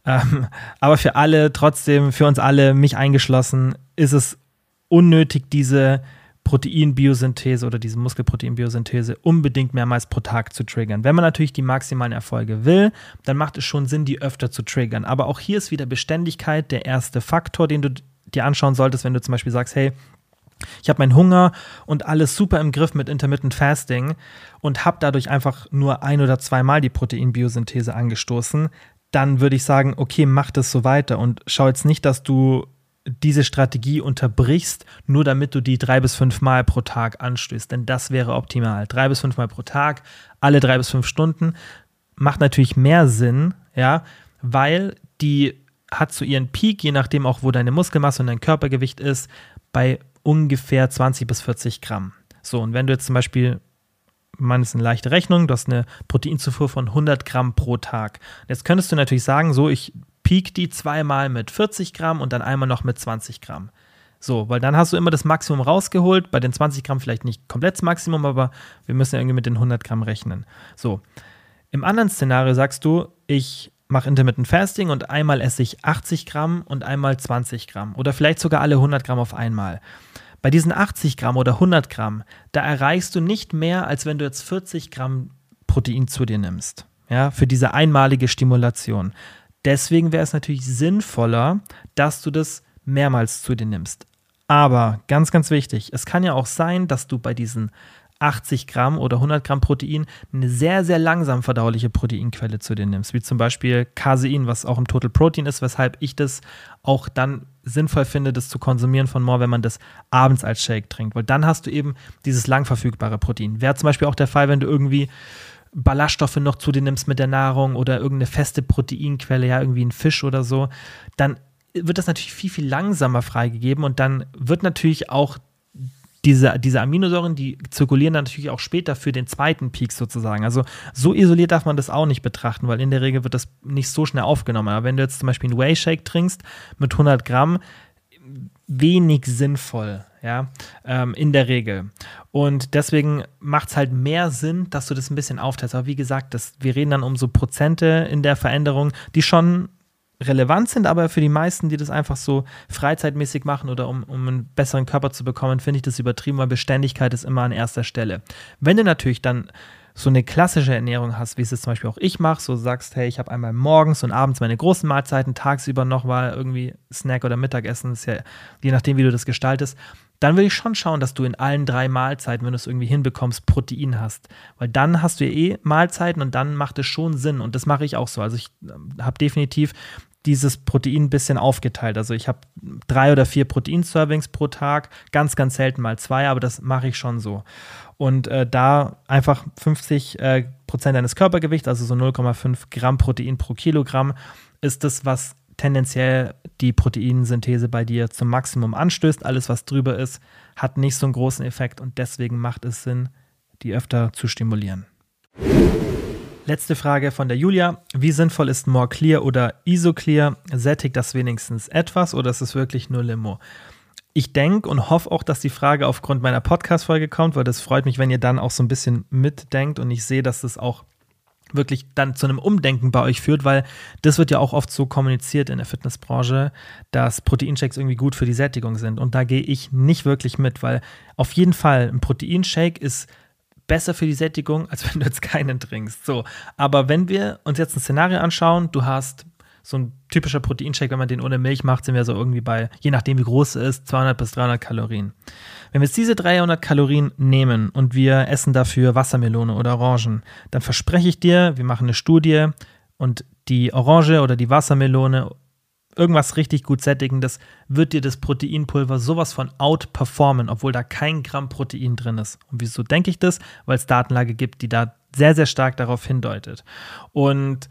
Aber für alle, trotzdem, für uns alle, mich eingeschlossen, ist es unnötig, diese Proteinbiosynthese oder diese Muskelproteinbiosynthese unbedingt mehrmals pro Tag zu triggern. Wenn man natürlich die maximalen Erfolge will, dann macht es schon Sinn, die öfter zu triggern. Aber auch hier ist wieder Beständigkeit der erste Faktor, den du dir anschauen solltest, wenn du zum Beispiel sagst, hey, ich habe meinen Hunger und alles super im Griff mit Intermittent Fasting und habe dadurch einfach nur 1 oder 2 Mal die Proteinbiosynthese angestoßen, dann würde ich sagen, okay, mach das so weiter und schau jetzt nicht, dass du diese Strategie unterbrichst, nur damit du die 3 bis 5 Mal pro Tag anstößt, denn das wäre optimal. 3 bis 5 Mal pro Tag, alle 3 bis 5 Stunden, macht natürlich mehr Sinn, ja, weil die hat so ihren Peak, je nachdem auch, wo deine Muskelmasse und dein Körpergewicht ist, bei ungefähr 20 bis 40 Gramm. So, und wenn du jetzt zum Beispiel, das ist eine leichte Rechnung, du hast eine Proteinzufuhr von 100 Gramm pro Tag. Jetzt könntest du natürlich sagen, so, ich peak die 2-mal mit 40 Gramm und dann einmal noch mit 20 Gramm. So, weil dann hast du immer das Maximum rausgeholt, bei den 20 Gramm vielleicht nicht komplett das Maximum, aber wir müssen ja irgendwie mit den 100 Gramm rechnen. So, im anderen Szenario sagst du, ich mache Intermittent Fasting und einmal esse ich 80 Gramm und einmal 20 Gramm oder vielleicht sogar alle 100 Gramm auf einmal. Bei diesen 80 Gramm oder 100 Gramm, da erreichst du nicht mehr, als wenn du jetzt 40 Gramm Protein zu dir nimmst, ja, für diese einmalige Stimulation. Deswegen wäre es natürlich sinnvoller, dass du das mehrmals zu dir nimmst. Aber ganz, ganz wichtig, es kann ja auch sein, dass du bei diesen 80 Gramm oder 100 Gramm Protein eine sehr, sehr langsam verdauliche Proteinquelle zu dir nimmst, wie zum Beispiel Casein, was auch im Total Protein ist, weshalb ich das auch dann sinnvoll finde, das zu konsumieren von More, wenn man das abends als Shake trinkt, weil dann hast du eben dieses lang verfügbare Protein. Wäre zum Beispiel auch der Fall, wenn du irgendwie Ballaststoffe noch zu dir nimmst mit der Nahrung oder irgendeine feste Proteinquelle, ja, irgendwie ein Fisch oder so, dann wird das natürlich viel, viel langsamer freigegeben und dann wird natürlich auch diese Aminosäuren, die zirkulieren dann natürlich auch später für den zweiten Peak sozusagen. Also so isoliert darf man das auch nicht betrachten, weil in der Regel wird das nicht so schnell aufgenommen. Aber wenn du jetzt zum Beispiel einen Whey-Shake trinkst mit 100 Gramm, wenig sinnvoll, ja, in der Regel. Und deswegen macht es halt mehr Sinn, dass du das ein bisschen aufteilst. Aber wie gesagt, wir reden dann um so Prozente in der Veränderung, die schon relevant sind, aber für die meisten, die das einfach so freizeitmäßig machen oder um einen besseren Körper zu bekommen, finde ich das übertrieben, weil Beständigkeit ist immer an erster Stelle. Wenn du natürlich dann so eine klassische Ernährung hast, wie es jetzt zum Beispiel auch ich mache, so sagst, hey, ich habe einmal morgens und abends meine großen Mahlzeiten, tagsüber noch mal irgendwie Snack oder Mittagessen, ist ja je nachdem, wie du das gestaltest, dann will ich schon schauen, dass du in allen 3 Mahlzeiten, wenn du es irgendwie hinbekommst, Protein hast. Weil dann hast du ja Mahlzeiten und dann macht es schon Sinn und das mache ich auch so. Also ich habe definitiv dieses Protein ein bisschen aufgeteilt. Also ich habe 3 oder 4 Proteinservings pro Tag, ganz, ganz selten mal 2, aber das mache ich schon so. Und da einfach 50% deines Körpergewichts, also so 0,5 Gramm Protein pro Kilogramm, ist das, was tendenziell die Proteinsynthese bei dir zum Maximum anstößt. Alles, was drüber ist, hat nicht so einen großen Effekt und deswegen macht es Sinn, die öfter zu stimulieren. Letzte Frage von der Julia. Wie sinnvoll ist More Clear oder Isoclear? Sättigt das wenigstens etwas oder ist es wirklich nur Limo? Ich denke und hoffe auch, dass die Frage aufgrund meiner Podcast-Folge kommt, weil das freut mich, wenn ihr dann auch so ein bisschen mitdenkt und ich sehe, dass das auch wirklich dann zu einem Umdenken bei euch führt, weil das wird ja auch oft so kommuniziert in der Fitnessbranche, dass Proteinshakes irgendwie gut für die Sättigung sind und da gehe ich nicht wirklich mit, weil auf jeden Fall ein Proteinshake ist besser für die Sättigung, als wenn du jetzt keinen trinkst. So, aber wenn wir uns jetzt ein Szenario anschauen, du hast so ein typischer Proteinshake, wenn man den ohne Milch macht, sind wir so irgendwie bei, je nachdem wie groß er ist, 200 bis 300 Kalorien. Wenn wir jetzt diese 300 Kalorien nehmen und wir essen dafür Wassermelone oder Orangen, dann verspreche ich dir, wir machen eine Studie und die Orange oder die Wassermelone, irgendwas richtig gut Sättigendes, wird dir das Proteinpulver sowas von outperformen, obwohl da kein Gramm Protein drin ist. Und wieso denke ich das? Weil es Datenlage gibt, die da sehr, sehr stark darauf hindeutet. Und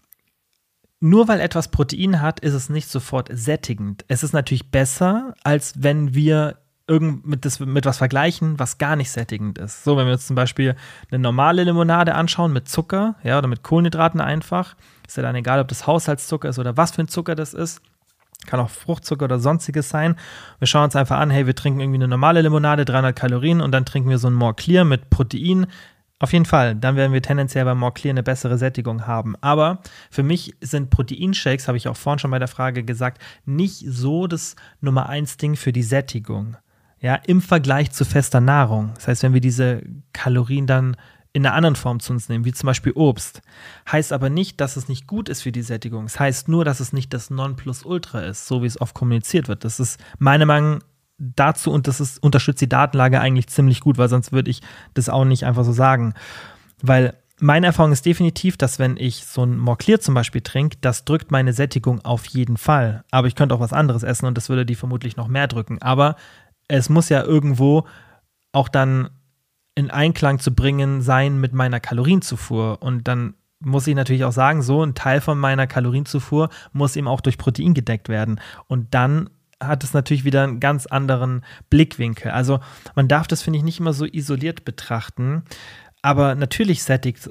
nur weil etwas Protein hat, ist es nicht sofort sättigend. Es ist natürlich besser, als wenn wir mit was vergleichen, was gar nicht sättigend ist. So, wenn wir uns zum Beispiel eine normale Limonade anschauen mit Zucker, ja, oder mit Kohlenhydraten einfach, ist ja dann egal, ob das Haushaltszucker ist oder was für ein Zucker das ist. Kann auch Fruchtzucker oder sonstiges sein. Wir schauen uns einfach an, hey, wir trinken irgendwie eine normale Limonade, 300 Kalorien und dann trinken wir so ein More Clear mit Protein. Auf jeden Fall, dann werden wir tendenziell bei More Clear eine bessere Sättigung haben. Aber für mich sind Proteinshakes, habe ich auch vorhin schon bei der Frage gesagt, nicht so das Nummer 1 Ding für die Sättigung. Ja, im Vergleich zu fester Nahrung. Das heißt, wenn wir diese Kalorien dann in einer anderen Form zu uns nehmen, wie zum Beispiel Obst, heißt aber nicht, dass es nicht gut ist für die Sättigung. Es heißt nur, dass es nicht das Nonplusultra ist, so wie es oft kommuniziert wird. Das ist meine Meinung dazu und das unterstützt die Datenlage eigentlich ziemlich gut, weil sonst würde ich das auch nicht einfach so sagen. Weil meine Erfahrung ist definitiv, dass wenn ich so ein More Clear zum Beispiel trinke, das drückt meine Sättigung auf jeden Fall. Aber ich könnte auch was anderes essen und das würde die vermutlich noch mehr drücken. Aber es muss ja irgendwo auch dann in Einklang zu bringen sein mit meiner Kalorienzufuhr. Und dann muss ich natürlich auch sagen, so ein Teil von meiner Kalorienzufuhr muss eben auch durch Protein gedeckt werden. Und dann hat es natürlich wieder einen ganz anderen Blickwinkel. Also man darf das, finde ich, nicht immer so isoliert betrachten. Aber natürlich sättigt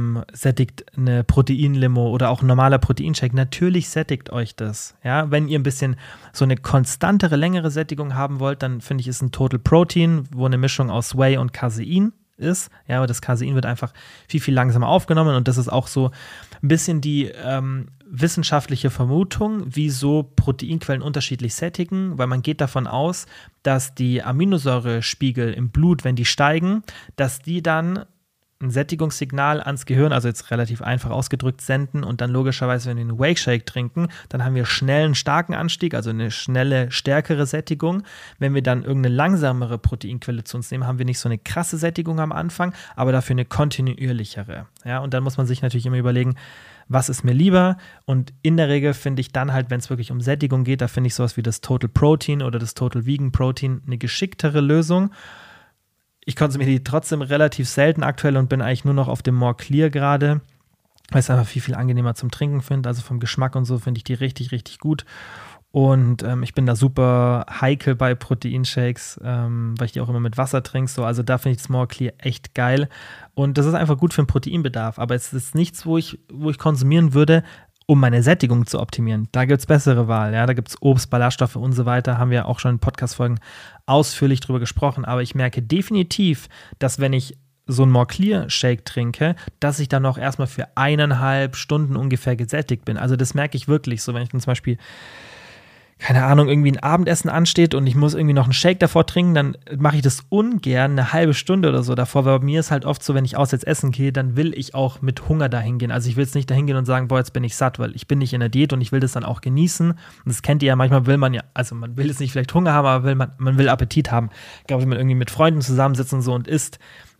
eine Proteinlimo oder auch ein normaler Proteinshake, natürlich sättigt euch das. Ja? Wenn ihr ein bisschen so eine konstantere, längere Sättigung haben wollt, dann finde ich, ist ein Total Protein, wo eine Mischung aus Whey und Casein ist. Ja, aber das Casein wird einfach viel, viel langsamer aufgenommen und das ist auch so ein bisschen die wissenschaftliche Vermutung, wieso Proteinquellen unterschiedlich sättigen, weil man geht davon aus, dass die Aminosäurespiegel im Blut, wenn die steigen, dass die dann ein Sättigungssignal ans Gehirn, also jetzt relativ einfach ausgedrückt, senden und dann logischerweise, wenn wir einen Whey-Shake trinken, dann haben wir schnell einen starken Anstieg, also eine schnelle, stärkere Sättigung. Wenn wir dann irgendeine langsamere Proteinquelle zu uns nehmen, haben wir nicht so eine krasse Sättigung am Anfang, aber dafür eine kontinuierlichere. Ja, und dann muss man sich natürlich immer überlegen, was ist mir lieber? Und in der Regel finde ich dann halt, wenn es wirklich um Sättigung geht, da finde ich sowas wie das Total Protein oder das Total Vegan Protein eine geschicktere Lösung. Ich konsumiere die trotzdem relativ selten aktuell und bin eigentlich nur noch auf dem More Clear gerade, weil ich es einfach viel, viel angenehmer zum Trinken finde. Also vom Geschmack und so finde ich die richtig, richtig gut. Und ich bin da super heikel bei Proteinshakes, weil ich die auch immer mit Wasser trinke. So. Also da finde ich das More Clear echt geil. Und das ist einfach gut für den Proteinbedarf. Aber es ist nichts, wo ich konsumieren würde, um meine Sättigung zu optimieren. Da gibt es bessere Wahl. Ja? Da gibt es Obst, Ballaststoffe und so weiter. Haben wir auch schon in Podcast-Folgen ausführlich drüber gesprochen. Aber ich merke definitiv, dass wenn ich so einen More Clear Shake trinke, dass ich dann noch erstmal für 1,5 Stunden ungefähr gesättigt bin. Also das merke ich wirklich so, wenn ich dann zum Beispiel keine Ahnung, irgendwie ein Abendessen ansteht und ich muss irgendwie noch einen Shake davor trinken, dann mache ich das ungern eine halbe Stunde oder so davor, weil bei mir ist halt oft so, wenn ich auswärts essen gehe, dann will ich auch mit Hunger dahin gehen. Also ich will jetzt nicht dahin gehen und sagen, boah, jetzt bin ich satt, weil ich bin nicht in der Diät und ich will das dann auch genießen. Und das kennt ihr ja, manchmal will man ja, also man will jetzt nicht vielleicht Hunger haben, aber man will Appetit haben. Ich glaube, wenn man irgendwie mit Freunden zusammensitzt und so und isst,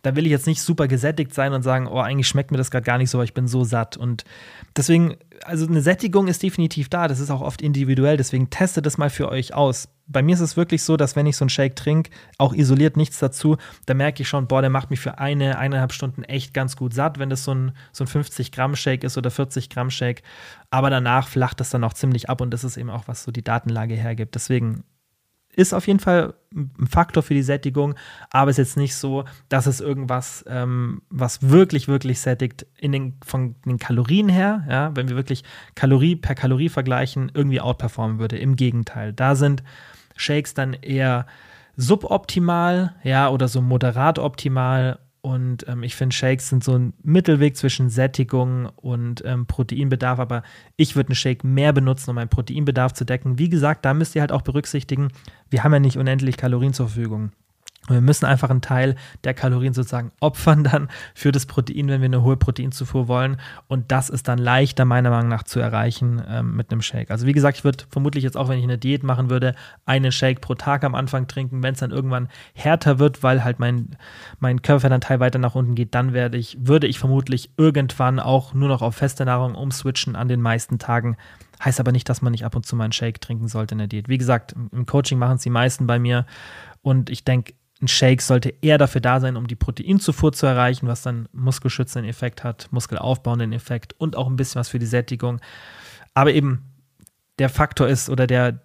da will ich jetzt nicht super gesättigt sein und sagen, oh, eigentlich schmeckt mir das gerade gar nicht so, ich bin so satt. Und deswegen, also eine Sättigung ist definitiv da, das ist auch oft individuell, deswegen testet das mal für euch aus. Bei mir ist es wirklich so, dass wenn ich so einen Shake trinke, auch isoliert nichts dazu, da merke ich schon, boah, der macht mich für 1,5 Stunden echt ganz gut satt, wenn das so ein 50-Gramm-Shake ist oder 40-Gramm-Shake. Aber danach flacht das dann auch ziemlich ab und das ist eben auch, was so die Datenlage hergibt. Deswegen ist auf jeden Fall ein Faktor für die Sättigung, aber ist jetzt nicht so, dass es irgendwas, was wirklich, wirklich sättigt, von den Kalorien her, ja, wenn wir wirklich Kalorie per Kalorie vergleichen, irgendwie outperformen würde. Im Gegenteil, da sind Shakes dann eher suboptimal, ja, oder so moderat optimal. Und ich finde, Shakes sind so ein Mittelweg zwischen Sättigung und Proteinbedarf. Aber ich würde einen Shake mehr benutzen, um meinen Proteinbedarf zu decken. Wie gesagt, da müsst ihr halt auch berücksichtigen, wir haben ja nicht unendlich Kalorien zur Verfügung. Und wir müssen einfach einen Teil der Kalorien sozusagen opfern dann für das Protein, wenn wir eine hohe Proteinzufuhr wollen. Und das ist dann leichter meiner Meinung nach zu erreichen mit einem Shake. Also wie gesagt, ich würde vermutlich jetzt auch, wenn ich eine Diät machen würde, einen Shake pro Tag am Anfang trinken. Wenn es dann irgendwann härter wird, weil halt mein Körperfettanteil weiter nach unten geht, dann würde ich vermutlich irgendwann auch nur noch auf feste Nahrung umswitchen an den meisten Tagen. Heißt aber nicht, dass man nicht ab und zu mal einen Shake trinken sollte in der Diät. Wie gesagt, im Coaching machen es die meisten bei mir. Und ich denke, ein Shake sollte eher dafür da sein, um die Proteinzufuhr zu erreichen, was dann muskelschützenden Effekt hat, muskelaufbauenden Effekt und auch ein bisschen was für die Sättigung. Aber eben der Faktor ist oder der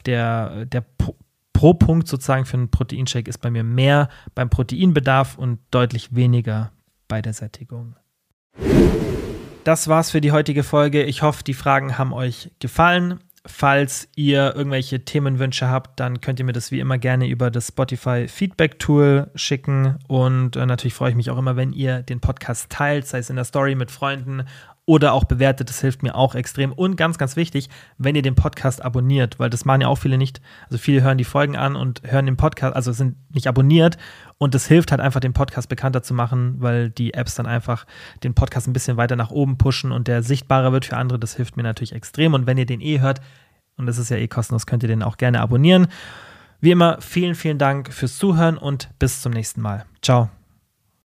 pro Punkt sozusagen für einen Proteinshake ist bei mir mehr beim Proteinbedarf und deutlich weniger bei der Sättigung. Das war's für die heutige Folge. Ich hoffe, die Fragen haben euch gefallen. Falls ihr irgendwelche Themenwünsche habt, dann könnt ihr mir das wie immer gerne über das Spotify Feedback Tool schicken und natürlich freue ich mich auch immer, wenn ihr den Podcast teilt, sei es in der Story mit Freunden oder auch bewertet, das hilft mir auch extrem und ganz, ganz wichtig, wenn ihr den Podcast abonniert, weil das machen ja auch viele nicht, also viele hören die Folgen an und hören den Podcast, also sind nicht abonniert und das hilft halt einfach, den Podcast bekannter zu machen, weil die Apps dann einfach den Podcast ein bisschen weiter nach oben pushen und der sichtbarer wird für andere, das hilft mir natürlich extrem und wenn ihr den hört, und das ist ja kostenlos, könnt ihr den auch gerne abonnieren. Wie immer, vielen, vielen Dank fürs Zuhören und bis zum nächsten Mal. Ciao.